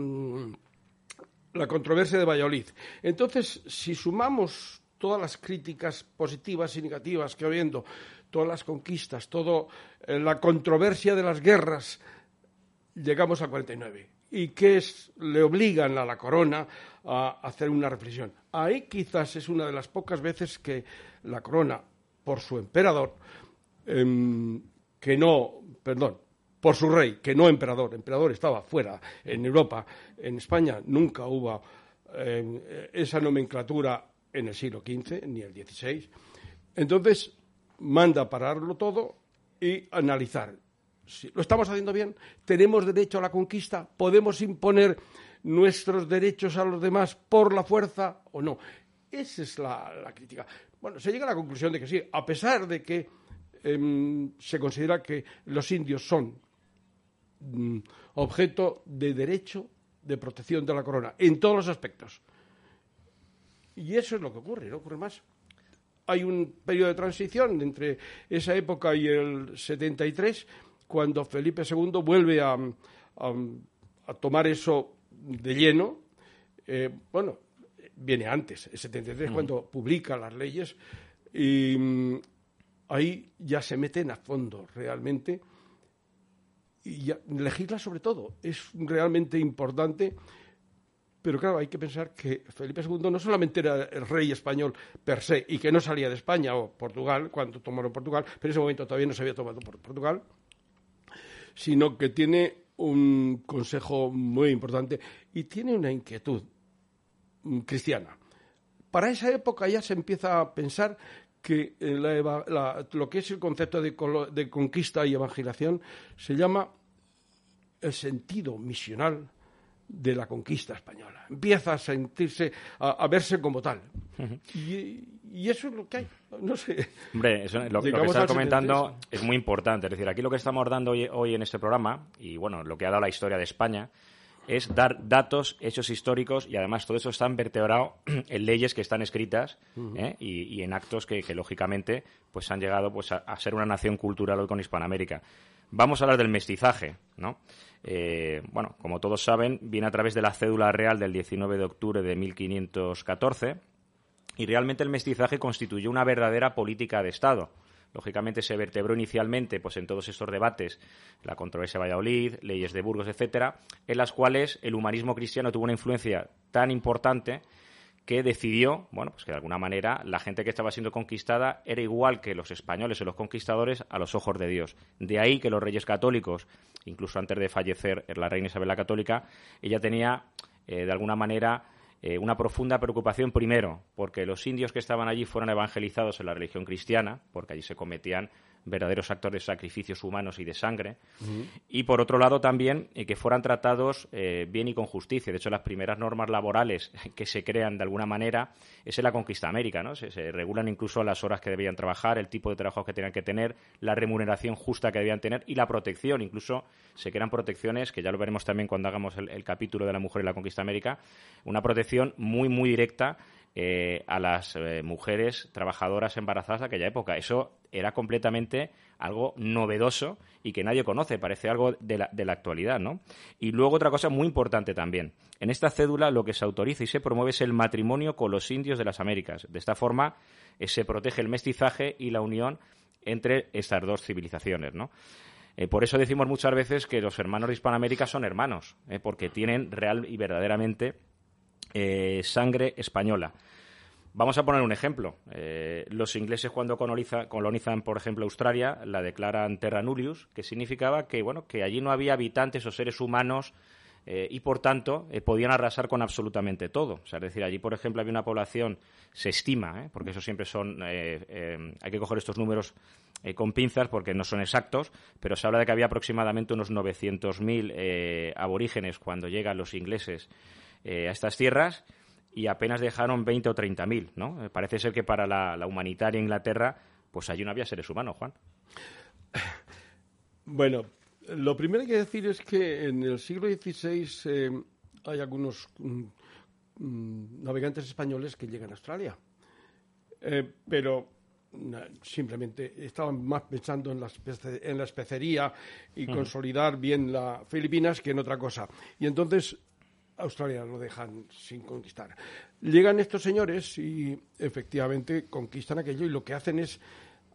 la controversia de Valladolid. Entonces, si sumamos todas las críticas positivas y negativas que habiendo, todas las conquistas, toda eh, la controversia de las guerras, llegamos a cuarenta y nueve. Y que es, le obligan a la corona a hacer una reflexión. Ahí quizás es una de las pocas veces que la corona, por su emperador, eh, que no, perdón, por su rey, que no emperador, emperador estaba fuera, en Europa, en España nunca hubo eh, esa nomenclatura en el siglo quince, ni el dieciséis. Entonces, manda pararlo todo y analizar. Si lo estamos haciendo bien, tenemos derecho a la conquista, podemos imponer nuestros derechos a los demás por la fuerza o no. Esa es la, la crítica. Bueno, se llega a la conclusión de que sí, a pesar de que eh, se considera que los indios son mm, objeto de derecho de protección de la corona, en todos los aspectos. Y eso es lo que ocurre, no ocurre más. Hay un periodo de transición entre esa época y el setenta y tres, cuando Felipe segundo vuelve a, a, a tomar eso de lleno. Eh, bueno, viene antes, el setenta y tres, mm. cuando publica las leyes, y um, ahí ya se meten a fondo realmente, y ya, legisla sobre todo. Es realmente importante. Pero claro, hay que pensar que Felipe segundo no solamente era el rey español per se y que no salía de España o Portugal, cuando tomaron Portugal, pero en ese momento todavía no se había tomado por Portugal, sino que tiene un consejo muy importante y tiene una inquietud cristiana. Para esa época ya se empieza a pensar que la, la, lo que es el concepto de, de conquista y evangelización se llama el sentido misional de la conquista española. Empieza a sentirse, a, a verse como tal. Uh-huh. Y, y eso es lo que hay. No sé. Hombre, eso, lo, lo que estás comentando es muy importante. Es decir, aquí lo que estamos dando hoy, hoy en este programa, y bueno, lo que ha dado la historia de España, es dar datos, hechos históricos, y además todo eso está vertebrado en leyes que están escritas uh-huh. ¿eh? y, y en actos que, que lógicamente pues han llegado pues a, a ser una nación cultural hoy con Hispanoamérica. Vamos a hablar del mestizaje, ¿no? Eh, bueno, como todos saben, viene a través de la cédula real del diecinueve de octubre de mil quinientos catorce, y realmente el mestizaje constituyó una verdadera política de Estado. Lógicamente se vertebró inicialmente pues en todos estos debates, la controversia de Valladolid, leyes de Burgos, etcétera, en las cuales el humanismo cristiano tuvo una influencia tan importante que decidió, bueno, pues que de alguna manera la gente que estaba siendo conquistada era igual que los españoles o los conquistadores a los ojos de Dios. De ahí que los reyes católicos, incluso antes de fallecer la reina Isabel la Católica, ella tenía, eh, de alguna manera, eh, una profunda preocupación, primero, porque los indios que estaban allí fueran evangelizados en la religión cristiana, porque allí se cometían verdaderos actos de sacrificios humanos y de sangre, uh-huh. y por otro lado también eh, que fueran tratados eh, bien y con justicia. De hecho, las primeras normas laborales que se crean de alguna manera es en la conquista de América, ¿no? Se, se regulan incluso las horas que debían trabajar, el tipo de trabajo que tenían que tener, la remuneración justa que debían tener y la protección. Incluso se crean protecciones, que ya lo veremos también cuando hagamos el, el capítulo de la mujer y la conquista de América, una protección muy, muy directa Eh, a las eh, mujeres trabajadoras embarazadas de aquella época. Eso era completamente algo novedoso y que nadie conoce, parece algo de la, de la actualidad, ¿no? Y luego otra cosa muy importante también. En esta cédula lo que se autoriza y se promueve es el matrimonio con los indios de las Américas. De esta forma eh, se protege el mestizaje y la unión entre estas dos civilizaciones, ¿no? Eh, por eso decimos muchas veces que los hermanos de Hispanoamérica son hermanos, eh, porque tienen real y verdaderamente Eh, sangre española. Vamos a poner un ejemplo. Eh, los ingleses cuando coloniza, colonizan, por ejemplo, Australia, la declaran terra nullius, que significaba que, bueno, que allí no había habitantes o seres humanos eh, y, por tanto, eh, podían arrasar con absolutamente todo. O sea, es decir, allí, por ejemplo, había una población, se estima, ¿eh? porque eso siempre son, eh, eh, hay que coger estos números eh, con pinzas porque no son exactos, pero se habla de que había aproximadamente unos novecientos mil eh, aborígenes cuando llegan los ingleses Eh, a estas tierras, y apenas dejaron veinte o treinta mil, ¿no? Eh, parece ser que para la, la humanitaria Inglaterra, pues allí no había seres humanos, Juan. Bueno, lo primero que hay que decir es que en el siglo dieciséis eh, hay algunos mm, mm, navegantes españoles que llegan a Australia. Eh, pero simplemente estaban más pensando en la, espece, en la especería y uh-huh. consolidar bien las Filipinas que en otra cosa. Y entonces Australia lo dejan sin conquistar. Llegan estos señores y efectivamente conquistan aquello y lo que hacen es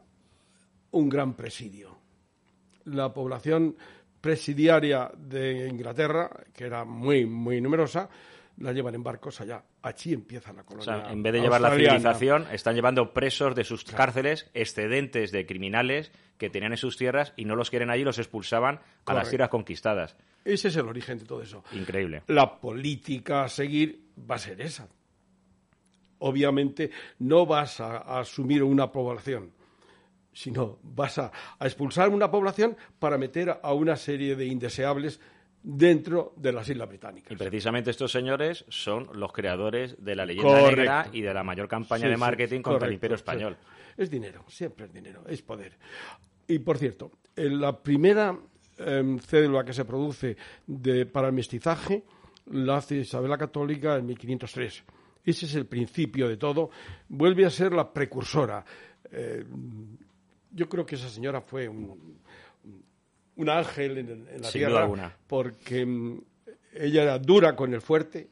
un gran presidio. La población presidiaria de Inglaterra, que era muy, muy numerosa, la llevan en barcos allá. Allí empieza la colonia. O sea, en vez de llevar la civilización, están llevando presos de sus claro. cárceles, excedentes de criminales que tenían en sus tierras y no los quieren allí, los expulsaban Correcto. a las tierras conquistadas. Ese es el origen de todo eso. Increíble. La política a seguir va a ser esa. Obviamente no vas a, a asumir una población, sino vas a, a expulsar una población para meter a una serie de indeseables dentro de las Islas Británicas. Y precisamente estos señores son los creadores de la leyenda correcto. negra y de la mayor campaña sí, de marketing sí, contra correcto, el Imperio Español. Sí. Es dinero, siempre es dinero, es poder. Y, por cierto, la primera eh, cédula que se produce de, para el mestizaje la hace Isabel la Católica en mil quinientos tres. Ese es el principio de todo. Vuelve a ser la precursora. Eh, yo creo que esa señora fue un... un ángel en, en la Sin tierra, duda alguna. Porque um, ella era dura con el fuerte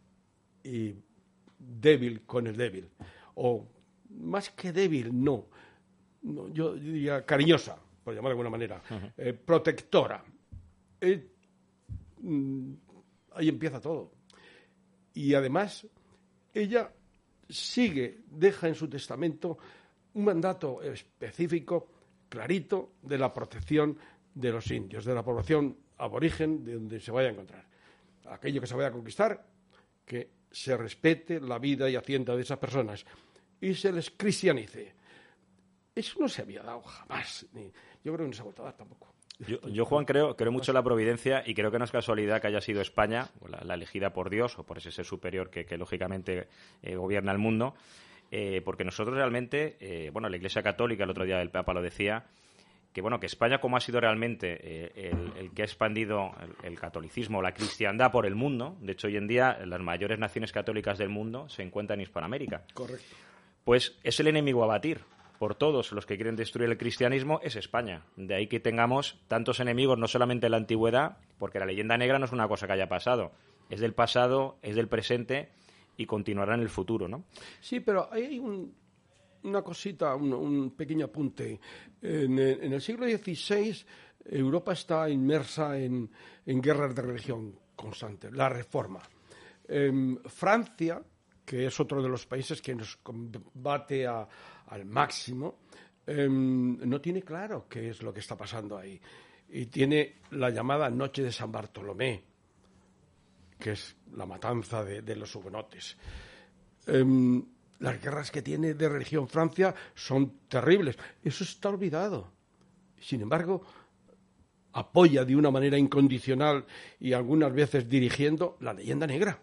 y débil con el débil. O más que débil, no. no yo diría cariñosa, por llamarlo de alguna manera. Uh-huh. Eh, protectora. Eh, mm, ahí empieza todo. Y además, ella sigue, deja en su testamento un mandato específico, clarito, de la protección de los indios, de la población aborigen de donde se vaya a encontrar. Aquello que se vaya a conquistar, que se respete la vida y hacienda de esas personas y se les cristianice. Eso no se había dado jamás. Ni, yo creo que no se ha vuelto a dar tampoco. Yo, yo, Juan, creo, creo mucho en la providencia y creo que no es casualidad que haya sido España, la, la elegida por Dios o por ese ser superior que, que lógicamente eh, gobierna el mundo, eh, porque nosotros realmente, eh, bueno, la Iglesia Católica, el otro día el Papa lo decía, que bueno, que España, como ha sido realmente eh, el, el que ha expandido el, el catolicismo, la cristiandad por el mundo, de hecho hoy en día las mayores naciones católicas del mundo se encuentran en Hispanoamérica. Correcto. Pues es el enemigo a batir por todos los que quieren destruir el cristianismo, es España. De ahí que tengamos tantos enemigos, no solamente en la antigüedad, porque la leyenda negra no es una cosa que haya pasado, es del pasado, es del presente y continuará en el futuro, ¿no? Sí, pero hay un... una cosita, un, un pequeño apunte. En, en el siglo dieciséis, Europa está inmersa en, en guerras de religión constantes, la Reforma. Eh, Francia, que es otro de los países que nos combate a, al máximo, eh, no tiene claro qué es lo que está pasando ahí. Y tiene la llamada Noche de San Bartolomé, que es la matanza de, de los hugonotes. Eh, Las guerras que tiene de religión Francia son terribles. Eso está olvidado. Sin embargo, apoya de una manera incondicional y algunas veces dirigiendo la leyenda negra.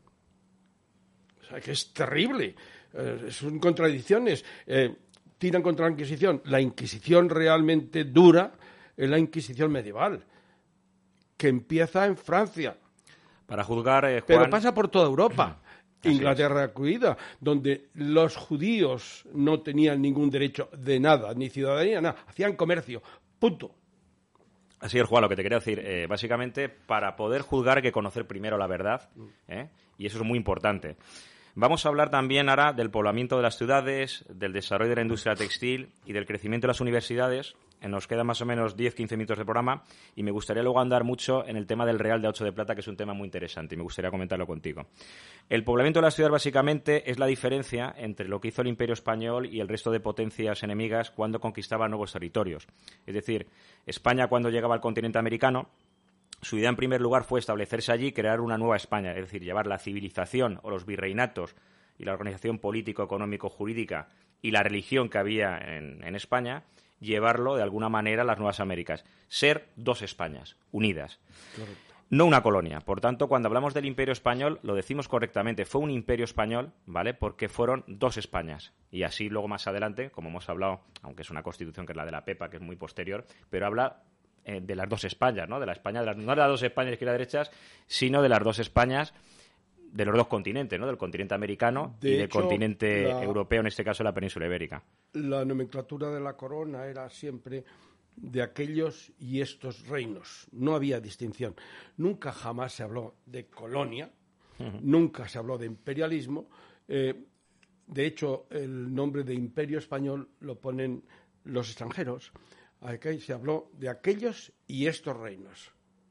O sea, que es terrible. Eh, son contradicciones. Eh, tiran contra la Inquisición. La Inquisición realmente dura es la Inquisición medieval, que empieza en Francia. Para juzgar, eh, Juan... Pero pasa por toda Europa. Inglaterra incluida, donde los judíos no tenían ningún derecho de nada, ni ciudadanía, nada, hacían comercio, punto. Así es, Juan, lo que te quería decir, eh, básicamente, para poder juzgar hay que conocer primero la verdad, ¿eh? Y eso es muy importante. Vamos a hablar también ahora del poblamiento de las ciudades, del desarrollo de la industria textil y del crecimiento de las universidades. Nos quedan más o menos diez a quince minutos de programa y me gustaría luego andar mucho en el tema del Real de ocho de Plata, que es un tema muy interesante y me gustaría comentarlo contigo. El poblamiento de las ciudades básicamente es la diferencia entre lo que hizo el Imperio Español y el resto de potencias enemigas cuando conquistaba nuevos territorios. Es decir, España cuando llegaba al continente americano, su idea en primer lugar fue establecerse allí y crear una nueva España, es decir, llevar la civilización o los virreinatos y la organización político, económico, jurídica y la religión que había en, en España, llevarlo de alguna manera a las nuevas Américas. Ser dos Españas, unidas. Correcto. No una colonia. Por tanto, cuando hablamos del Imperio Español, lo decimos correctamente. Fue un Imperio Español, ¿vale? Porque fueron dos Españas. Y así luego más adelante, como hemos hablado, aunque es una constitución que es la de la Pepa, que es muy posterior, pero habla eh, de las dos Españas, ¿no? De la España, de las, no de las dos Españas izquierdas y derechas, sino de las dos Españas de los dos continentes, ¿no? Del continente americano De y del hecho, continente la- europeo, en este caso la península ibérica. La nomenclatura de la corona era siempre de aquellos y estos reinos. No había distinción. Nunca jamás se habló de colonia, uh-huh. nunca se habló de imperialismo. Eh, de hecho, el nombre de imperio español lo ponen los extranjeros. Aquí se habló de aquellos y estos reinos.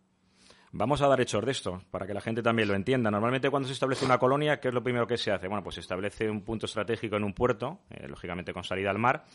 Vamos a dar hechos de esto, para que la gente también lo entienda. Normalmente cuando se establece una colonia, ¿qué es lo primero que se hace? Bueno, pues se establece un punto estratégico en un puerto, eh, lógicamente con salida al mar,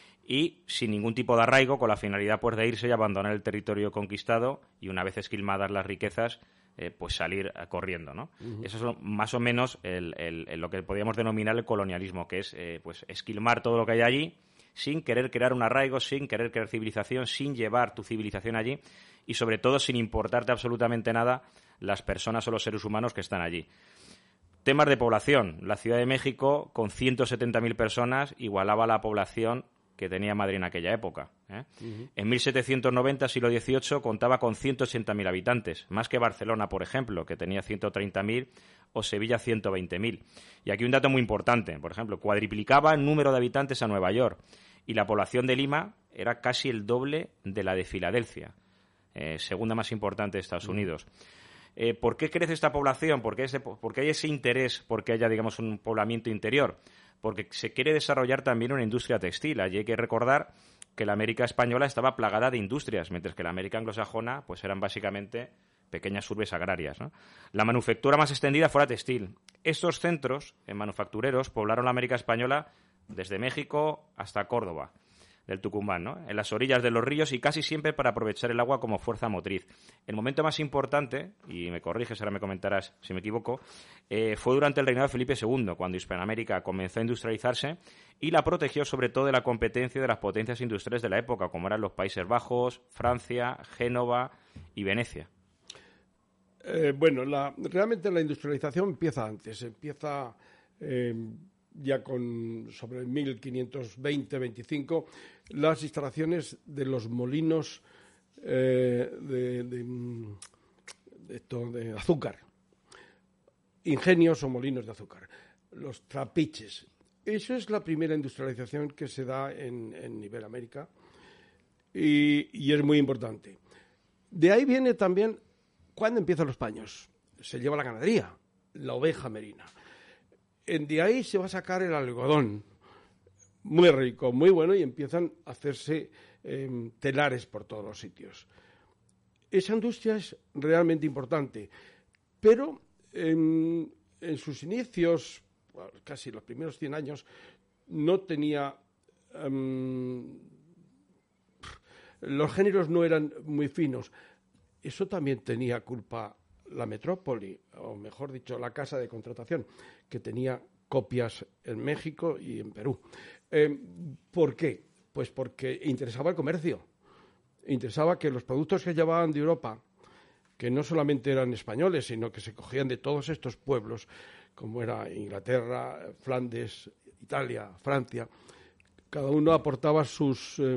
y sin ningún tipo de arraigo, con la finalidad pues de irse y abandonar el territorio conquistado y una vez esquilmadas las riquezas, eh, pues salir eh, corriendo, ¿no? Uh-huh. Eso es más o menos el, el, el, lo que podríamos denominar el colonialismo, que es eh, pues esquilmar todo lo que hay allí, sin querer crear un arraigo, sin querer crear civilización, sin llevar tu civilización allí y, sobre todo, sin importarte absolutamente nada las personas o los seres humanos que están allí. Temas de población. La Ciudad de México, con ciento setenta mil personas, igualaba la población que tenía Madrid en aquella época. ¿eh? Uh-huh. En mil setecientos noventa, siglo dieciocho, contaba con ciento ochenta mil habitantes, más que Barcelona, por ejemplo, que tenía ciento treinta mil, o Sevilla ciento veinte mil. Y aquí un dato muy importante, por ejemplo, cuadriplicaba el número de habitantes a Nueva York y la población de Lima era casi el doble de la de Filadelfia, eh, segunda más importante de Estados Unidos. Eh, ¿Por qué crece esta población? ¿Por qué, ese, ¿Por qué hay ese interés? ¿Por qué haya, digamos, un poblamiento interior? Porque se quiere desarrollar también una industria textil. Allí hay que recordar que la América española estaba plagada de industrias, mientras que la América anglosajona pues eran básicamente pequeñas urbes agrarias, ¿no? La manufactura más extendida fue la textil. Estos centros eh, manufactureros poblaron la América española desde México hasta Córdoba, del Tucumán, ¿no? En las orillas de los ríos y casi siempre para aprovechar el agua como fuerza motriz. El momento más importante, y me corriges, ahora me comentarás si me equivoco, eh, fue durante el reinado de Felipe segundo, cuando Hispanoamérica comenzó a industrializarse y la protegió sobre todo de la competencia de las potencias industriales de la época, como eran los Países Bajos, Francia, Génova y Venecia. Eh, bueno, la, realmente la industrialización empieza antes, empieza eh, ya con sobre el mil quinientos veinte veinticinco, las instalaciones de los molinos eh, de, de, de, esto, de azúcar, ingenios o molinos de azúcar, los trapiches. Eso es la primera industrialización que se da en, en Iberoamérica y, y es muy importante. De ahí viene también cuando empiezan los paños. Se lleva la ganadería, la oveja merina. De ahí se va a sacar el algodón, muy rico, muy bueno, y empiezan a hacerse eh, telares por todos los sitios. Esa industria es realmente importante, pero en, en sus inicios, casi los primeros cien años, no tenía... Um, los géneros no eran muy finos. Eso también tenía culpa la metrópoli, o mejor dicho, la casa de contratación, que tenía copias en México y en Perú. Eh, ¿Por qué? Pues porque interesaba el comercio. Interesaba que los productos que llevaban de Europa, que no solamente eran españoles, sino que se cogían de todos estos pueblos, como era Inglaterra, Flandes, Italia, Francia, cada uno aportaba sus eh,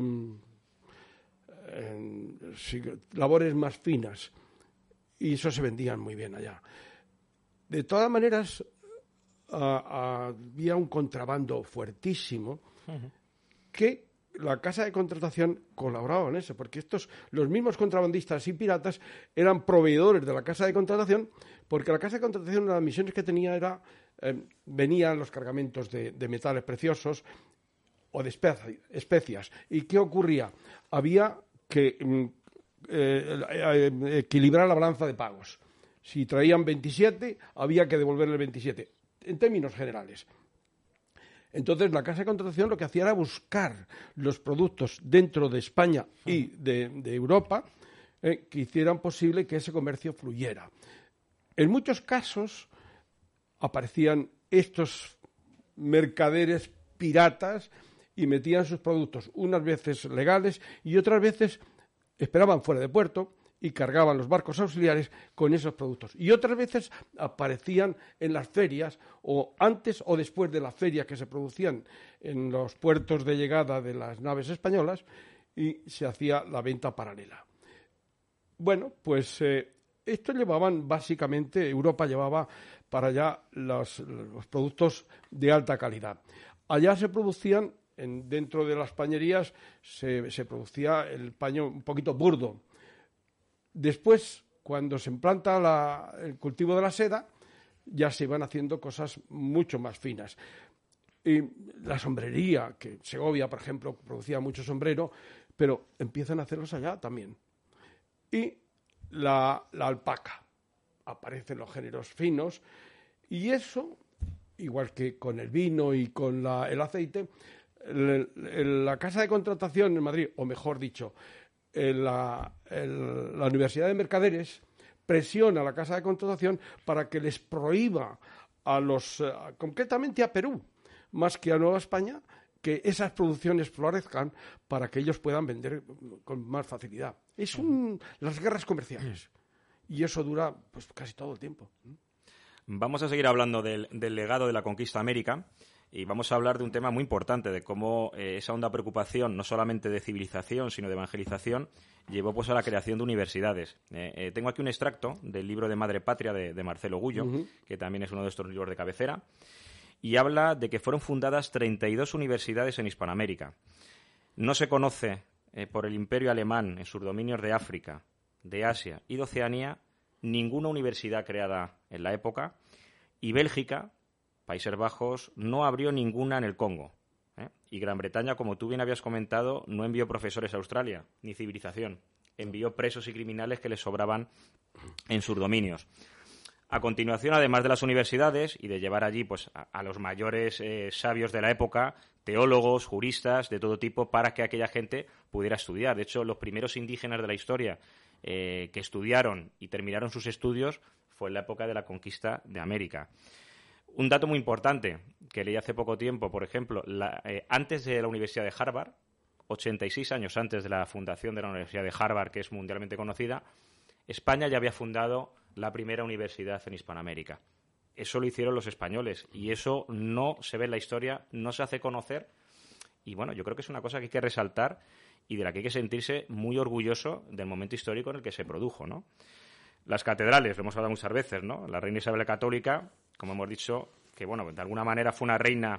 eh, labores más finas, y eso se vendían muy bien allá. De todas maneras, a, a, había un contrabando fuertísimo uh-huh. que la casa de contratación colaboraba en eso, porque estos, los mismos contrabandistas y piratas eran proveedores de la casa de contratación, porque la casa de contratación, una de las misiones que tenía era, eh, venían los cargamentos de, de metales preciosos o de especi- especias. ¿Y qué ocurría? Había que mm, eh, eh, equilibrar la balanza de pagos. Si traían veintisiete, había que devolverle veintisiete, en términos generales. Entonces, la casa de contratación lo que hacía era buscar los productos dentro de España y de, de Europa eh, que hicieran posible que ese comercio fluyera. En muchos casos aparecían estos mercaderes piratas y metían sus productos, unas veces legales y otras veces esperaban fuera de puerto y cargaban los barcos auxiliares con esos productos. Y otras veces aparecían en las ferias, o antes o después de las ferias que se producían en los puertos de llegada de las naves españolas, y se hacía la venta paralela. Bueno, pues eh, esto llevaban básicamente, Europa llevaba para allá los, los productos de alta calidad. Allá se producían, en, dentro de las pañerías, se, se producía el paño un poquito burdo. Después, cuando se implanta la, el cultivo de la seda, ya se iban haciendo cosas mucho más finas. Y la sombrería, que Segovia, por ejemplo, producía mucho sombrero, pero empiezan a hacerlos allá también. Y la, la alpaca. Aparecen los géneros finos. Y eso, igual que con el vino y con la, el aceite, el, el, la casa de contratación en Madrid, o mejor dicho, el, la, el, la Universidad de Mercaderes presiona a la casa de contratación para que les prohíba a los, uh, concretamente a Perú, más que a Nueva España, que esas producciones florezcan para que ellos puedan vender con más facilidad. Es un, las guerras comerciales. Y eso dura pues casi todo el tiempo. Vamos a seguir hablando del, del legado de la conquista de América y vamos a hablar de un tema muy importante, de cómo eh, esa honda preocupación, no solamente de civilización, sino de evangelización, llevó pues a la creación de universidades. Eh, eh, tengo aquí un extracto del libro de Madre Patria de, de Marcelo Gullo, uh-huh. que también es uno de estos libros de cabecera, y habla de que fueron fundadas treinta y dos universidades en Hispanoamérica. No se conoce eh, por el Imperio Alemán en sus dominios de África, de Asia y de Oceanía ninguna universidad creada en la época, y Bélgica, Países Bajos, no abrió ninguna en el Congo. ¿eh? Y Gran Bretaña, como tú bien habías comentado, no envió profesores a Australia, ni civilización. Envió presos y criminales que les sobraban en sus dominios. A continuación, además de las universidades y de llevar allí pues, a, a los mayores eh, sabios de la época, teólogos, juristas, de todo tipo, para que aquella gente pudiera estudiar. De hecho, los primeros indígenas de la historia eh, que estudiaron y terminaron sus estudios fue en la época de la conquista de América. Un dato muy importante que leí hace poco tiempo, por ejemplo, la, eh, antes de la Universidad de Harvard, ochenta y seis años antes de la fundación de la Universidad de Harvard, que es mundialmente conocida, España ya había fundado la primera universidad en Hispanoamérica. Eso lo hicieron los españoles y eso no se ve en la historia, no se hace conocer y bueno, yo creo que es una cosa que hay que resaltar y de la que hay que sentirse muy orgulloso del momento histórico en el que se produjo, ¿no? Las catedrales, lo hemos hablado muchas veces, ¿no? La reina Isabel la Católica, como hemos dicho, que bueno, de alguna manera fue una reina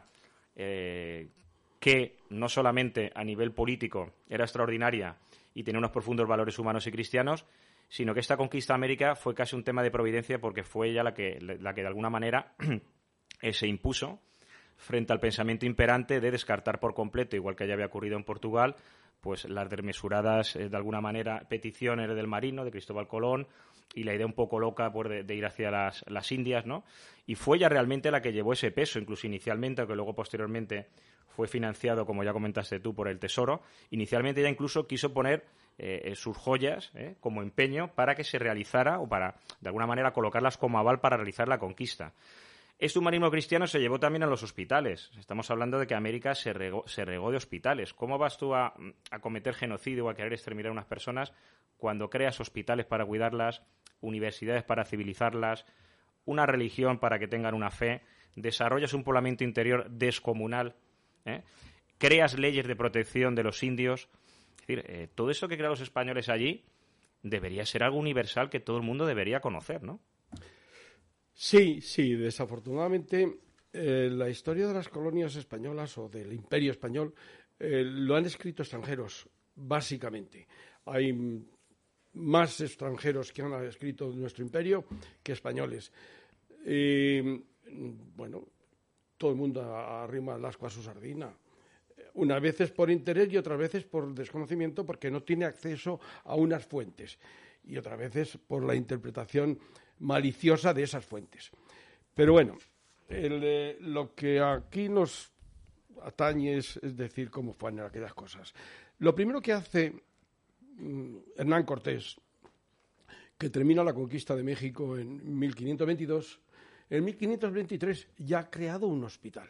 eh, que no solamente a nivel político era extraordinaria y tenía unos profundos valores humanos y cristianos, sino que esta conquista de América fue casi un tema de providencia porque fue ella la que, la que de alguna manera eh, se impuso frente al pensamiento imperante de descartar por completo, igual que ya había ocurrido en Portugal, pues las desmesuradas, eh, de alguna manera, peticiones del marino, de Cristóbal Colón, y la idea un poco loca pues, de, de ir hacia las, las Indias, ¿no? Y fue ella realmente la que llevó ese peso, incluso inicialmente, aunque luego posteriormente fue financiado, como ya comentaste tú, por el Tesoro. Inicialmente ella incluso quiso poner eh, sus joyas eh, como empeño para que se realizara, o para, de alguna manera, colocarlas como aval para realizar la conquista. Este humanismo cristiano se llevó también a los hospitales. Estamos hablando de que América se regó, se regó de hospitales. ¿Cómo vas tú a, a cometer genocidio o a querer exterminar a unas personas cuando creas hospitales para cuidarlas, universidades para civilizarlas, una religión para que tengan una fe, desarrollas un poblamiento interior descomunal, ¿eh? creas leyes de protección de los indios? Es decir, eh, todo eso que crean los españoles allí debería ser algo universal que todo el mundo debería conocer, ¿no? Sí, sí, desafortunadamente eh, la historia de las colonias españolas o del Imperio Español eh, lo han escrito extranjeros, básicamente. Hay más extranjeros que han escrito nuestro imperio que españoles. Eh, bueno, todo el mundo arrima el ascua a su sardina. Unas veces por interés y otras veces por desconocimiento porque no tiene acceso a unas fuentes. Y otras veces por la interpretación maliciosa de esas fuentes. Pero bueno, el, eh, lo que aquí nos atañe es, es decir cómo fueron aquellas cosas. Lo primero que hace mm, Hernán Cortés, que termina la conquista de México en mil quinientos veintidós, en mil quinientos veintitrés ya ha creado un hospital.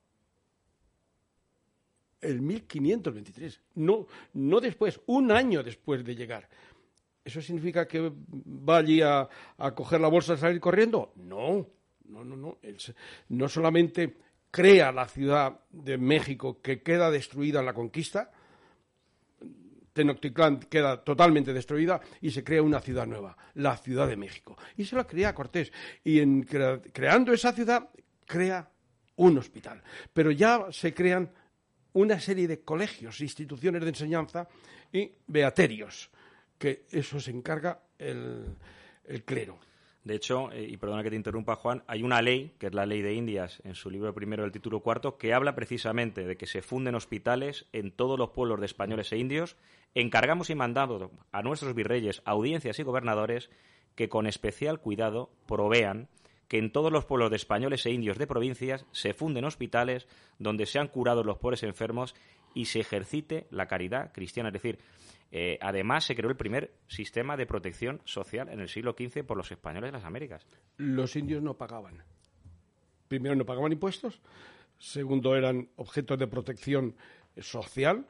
En mil quinientos veintitrés, no, no después, un año después de llegar. ¿Eso significa que va allí a, a coger la bolsa y salir corriendo? No, no, no, no. Él no solamente crea la ciudad de México que queda destruida en la conquista Tenochtitlán queda totalmente destruida y se crea una ciudad nueva, la Ciudad de México. Y se la crea Cortés. Y en crea, creando esa ciudad, crea un hospital. Pero ya se crean una serie de colegios, instituciones de enseñanza y beaterios, que eso se encarga el, el clero. De hecho, eh, y perdona que te interrumpa, Juan, hay una ley, que es la Ley de Indias, en su libro primero del título cuarto, que habla precisamente de que se funden hospitales en todos los pueblos de españoles e indios. Encargamos y mandamos a nuestros virreyes, audiencias y gobernadores que con especial cuidado provean que en todos los pueblos de españoles e indios de provincias se funden hospitales donde sean curados los pobres enfermos y se ejercite la caridad cristiana. Es decir, eh, además se creó el primer sistema de protección social en el siglo quince por los españoles de las Américas. Los indios no pagaban. Primero, no pagaban impuestos. Segundo, eran objetos de protección social.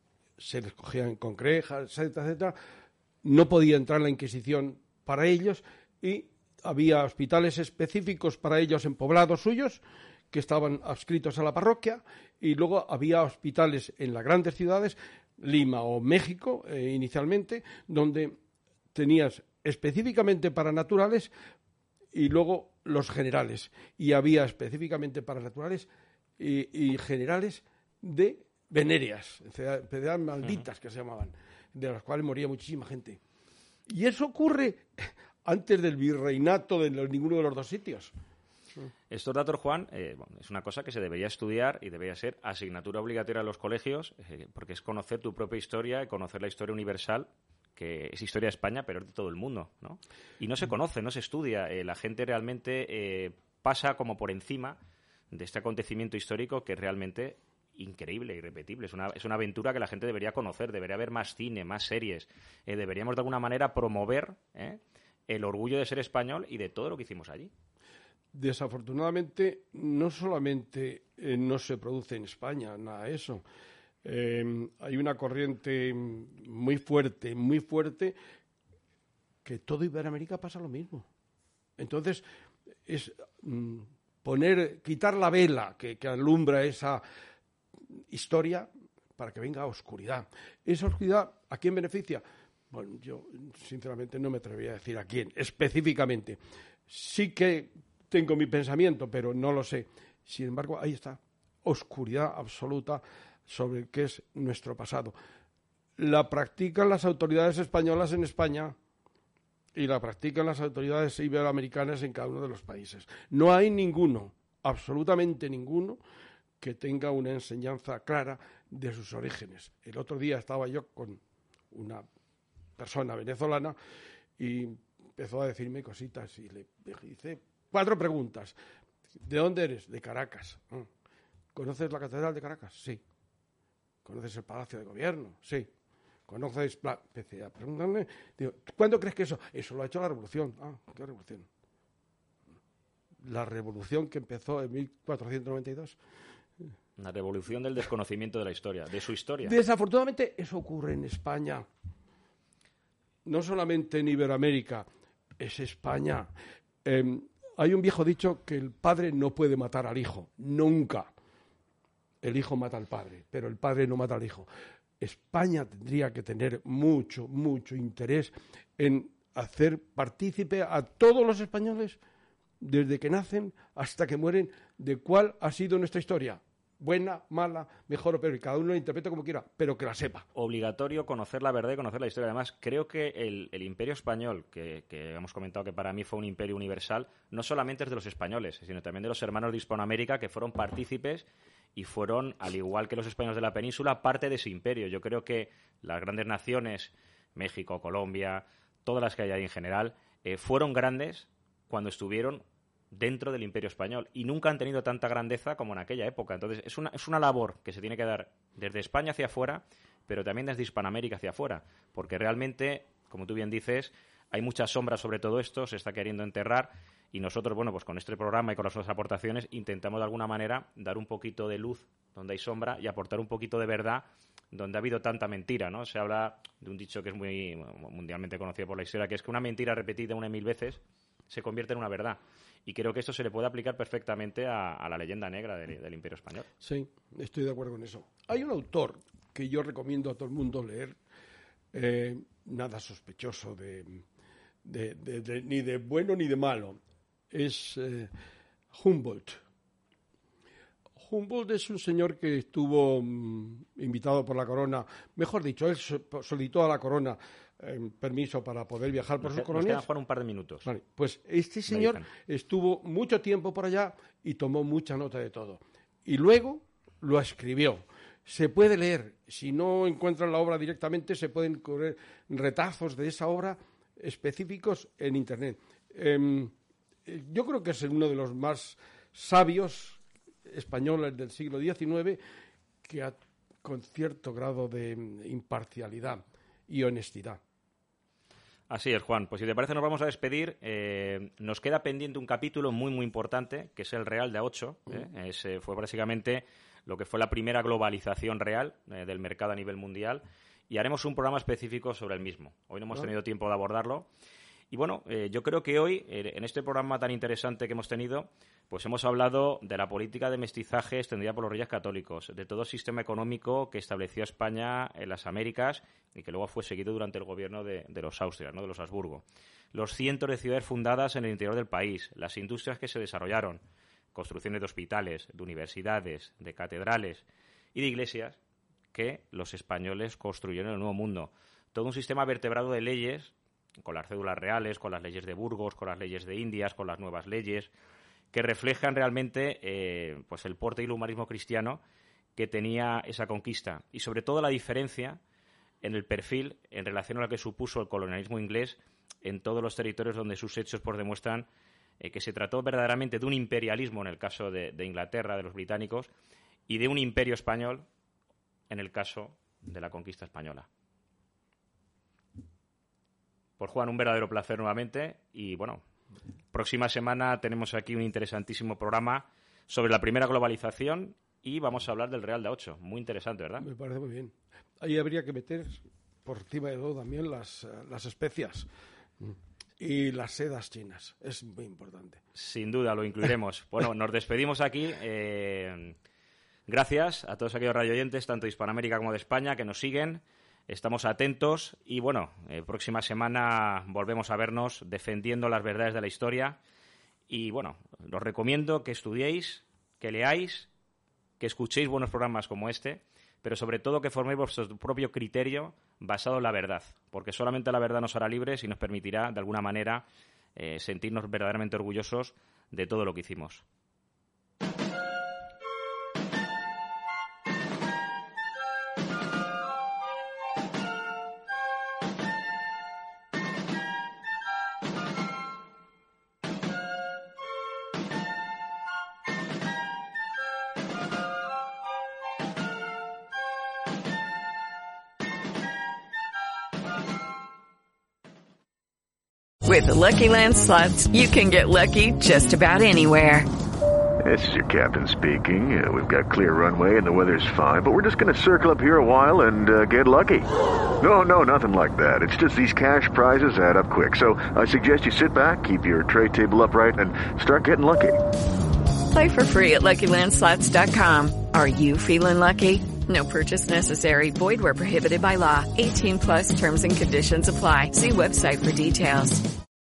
Se les cogían con crejas, etcétera, etcétera. No podía entrar la Inquisición para ellos y había hospitales específicos para ellos en poblados suyos que estaban adscritos a la parroquia, y luego había hospitales en las grandes ciudades, Lima o México eh, inicialmente, donde tenías específicamente para naturales y luego los generales, y había específicamente para naturales y, y generales de venéreas, enfermedades malditas que se llamaban, de las cuales moría muchísima gente. Y eso ocurre antes del virreinato de los, ninguno de los dos sitios. Estos datos, Juan, eh, bueno, es una cosa que se debería estudiar y debería ser asignatura obligatoria a los colegios, eh, porque es conocer tu propia historia y conocer la historia universal, que es historia de España, pero es de todo el mundo, ¿no? Y no se conoce, no se estudia. Eh, la gente realmente eh, pasa como por encima de este acontecimiento histórico que es realmente increíble, irrepetible. Es una, es una aventura que la gente debería conocer, debería haber más cine, más series. Eh, deberíamos de alguna manera promover ¿eh? el orgullo de ser español y de todo lo que hicimos allí. Desafortunadamente, no solamente eh, no se produce en España nada de eso. Eh, hay una corriente muy fuerte, muy fuerte, que todo Iberoamérica pasa lo mismo. Entonces, es mm, poner, quitar la vela que, que alumbra esa historia para que venga oscuridad. Esa oscuridad, ¿a quién beneficia? Bueno, yo sinceramente no me atrevería a decir a quién, específicamente. Sí que tengo mi pensamiento, pero no lo sé. Sin embargo, ahí está, oscuridad absoluta sobre qué es nuestro pasado. La practican las autoridades españolas en España y la practican las autoridades iberoamericanas en cada uno de los países. No hay ninguno, absolutamente ninguno, que tenga una enseñanza clara de sus orígenes. El otro día estaba yo con una persona venezolana y empezó a decirme cositas y le hice cuatro preguntas. ¿De dónde eres? De Caracas. ¿Conoces la Catedral de Caracas? Sí. ¿Conoces el Palacio de Gobierno? Sí. ¿Conoces...? Empecé a preguntarle, digo, ¿cuándo crees que eso? Eso lo ha hecho la Revolución. Ah, ¿qué Revolución? La Revolución que empezó en mil cuatrocientos noventa y dos. Una revolución del desconocimiento de la historia, de su historia. Desafortunadamente, eso ocurre en España. No solamente en Iberoamérica, es España. Eh, hay un viejo dicho que el padre no puede matar al hijo, nunca. El hijo mata al padre, pero el padre no mata al hijo. España tendría que tener mucho, mucho interés en hacer partícipe a todos los españoles, desde que nacen hasta que mueren, de cuál ha sido nuestra historia. Buena, mala, mejor o peor, y cada uno la interpreta como quiera, pero que la sepa. Obligatorio conocer la verdad y conocer la historia. Además, creo que el, el imperio español, que, que hemos comentado que para mí fue un imperio universal, no solamente es de los españoles, sino también de los hermanos de Hispanoamérica, que fueron partícipes y fueron, al igual que los españoles de la península, parte de ese imperio. Yo creo que las grandes naciones, México, Colombia, todas las que hay ahí en general, eh, fueron grandes cuando estuvieron dentro del Imperio Español y nunca han tenido tanta grandeza como en aquella época. Entonces, es una, es una labor que se tiene que dar desde España hacia afuera, pero también desde Hispanoamérica hacia afuera, porque realmente, como tú bien dices, hay mucha sombra sobre todo esto, se está queriendo enterrar y nosotros, bueno, pues con este programa y con las otras aportaciones intentamos de alguna manera dar un poquito de luz donde hay sombra y aportar un poquito de verdad donde ha habido tanta mentira, ¿no? Se habla de un dicho que es muy mundialmente conocido por la historia, que es que una mentira repetida una y mil veces se convierte en una verdad. Y creo que esto se le puede aplicar perfectamente a, a la leyenda negra del, del Imperio Español. Sí, estoy de acuerdo con eso. Hay un autor que yo recomiendo a todo el mundo leer, eh, nada sospechoso de, de, de, de, ni de bueno ni de malo. Es eh, Humboldt. Humboldt es un señor que estuvo um, invitado por la corona, mejor dicho, él solicitó a la corona eh, permiso para poder viajar por nos sus quedan, colonias. Nos quedan Juan, un par de minutos. Vale, pues este señor estuvo mucho tiempo por allá y tomó mucha nota de todo. Y luego lo escribió. Se puede leer, si no encuentran la obra directamente, se pueden correr retazos de esa obra específicos en Internet. Eh, yo creo que es uno de los más sabios españoles del siglo diecinueve que ha, con cierto grado de imparcialidad y honestidad. Así es, Juan. Pues si te parece nos vamos a despedir. Eh, nos queda pendiente un capítulo muy, muy importante, que es el Real de A ocho. ¿eh? Ese fue básicamente lo que fue la primera globalización real eh, del mercado a nivel mundial, y haremos un programa específico sobre el mismo. Hoy no hemos tenido tiempo de abordarlo. Y bueno, eh, yo creo que hoy, eh, en este programa tan interesante que hemos tenido, pues hemos hablado de la política de mestizaje extendida por los Reyes Católicos, de todo el sistema económico que estableció España en las Américas y que luego fue seguido durante el gobierno de, de los Austrias, ¿no? de los Habsburgo. Los cientos de ciudades fundadas en el interior del país, las industrias que se desarrollaron, construcciones de hospitales, de universidades, de catedrales y de iglesias que los españoles construyeron en el Nuevo Mundo. Todo un sistema vertebrado de leyes, con las cédulas reales, con las leyes de Burgos, con las leyes de Indias, con las nuevas leyes, que reflejan realmente eh, pues el porte y el humanismo cristiano que tenía esa conquista. Y sobre todo la diferencia en el perfil en relación a lo que supuso el colonialismo inglés en todos los territorios donde sus hechos pues, demuestran eh, que se trató verdaderamente de un imperialismo en el caso de, de Inglaterra, de los británicos, y de un imperio español en el caso de la conquista española. Pues Juan, un verdadero placer nuevamente y bueno, próxima semana tenemos aquí un interesantísimo programa sobre la primera globalización y vamos a hablar del Real de A ocho. Muy interesante, ¿verdad? Me parece muy bien. Ahí habría que meter por encima de todo también las, las especias y las sedas chinas. Es muy importante. Sin duda, lo incluiremos. Bueno, nos despedimos aquí. Eh, gracias a todos aquellos radioyentes, tanto de Hispanoamérica como de España, que nos siguen. Estamos atentos y, bueno, eh, próxima semana volvemos a vernos defendiendo las verdades de la historia. Y, bueno, os recomiendo que estudiéis, que leáis, que escuchéis buenos programas como este, pero sobre todo que forméis vuestro propio criterio basado en la verdad, porque solamente la verdad nos hará libres y nos permitirá, de alguna manera, eh, sentirnos verdaderamente orgullosos de todo lo que hicimos. With the Lucky Land Slots, you can get lucky just about anywhere. This is your captain speaking. Uh, we've got clear runway and the weather's fine, but we're just going to circle up here a while and uh, get lucky. No, no, nothing like that. It's just these cash prizes add up quick. So I suggest you sit back, keep your tray table upright, and start getting lucky. Play for free at Lucky Land Slots dot com. Are you feeling lucky? No purchase necessary. Void where prohibited by law. eighteen plus terms and conditions apply. See website for details.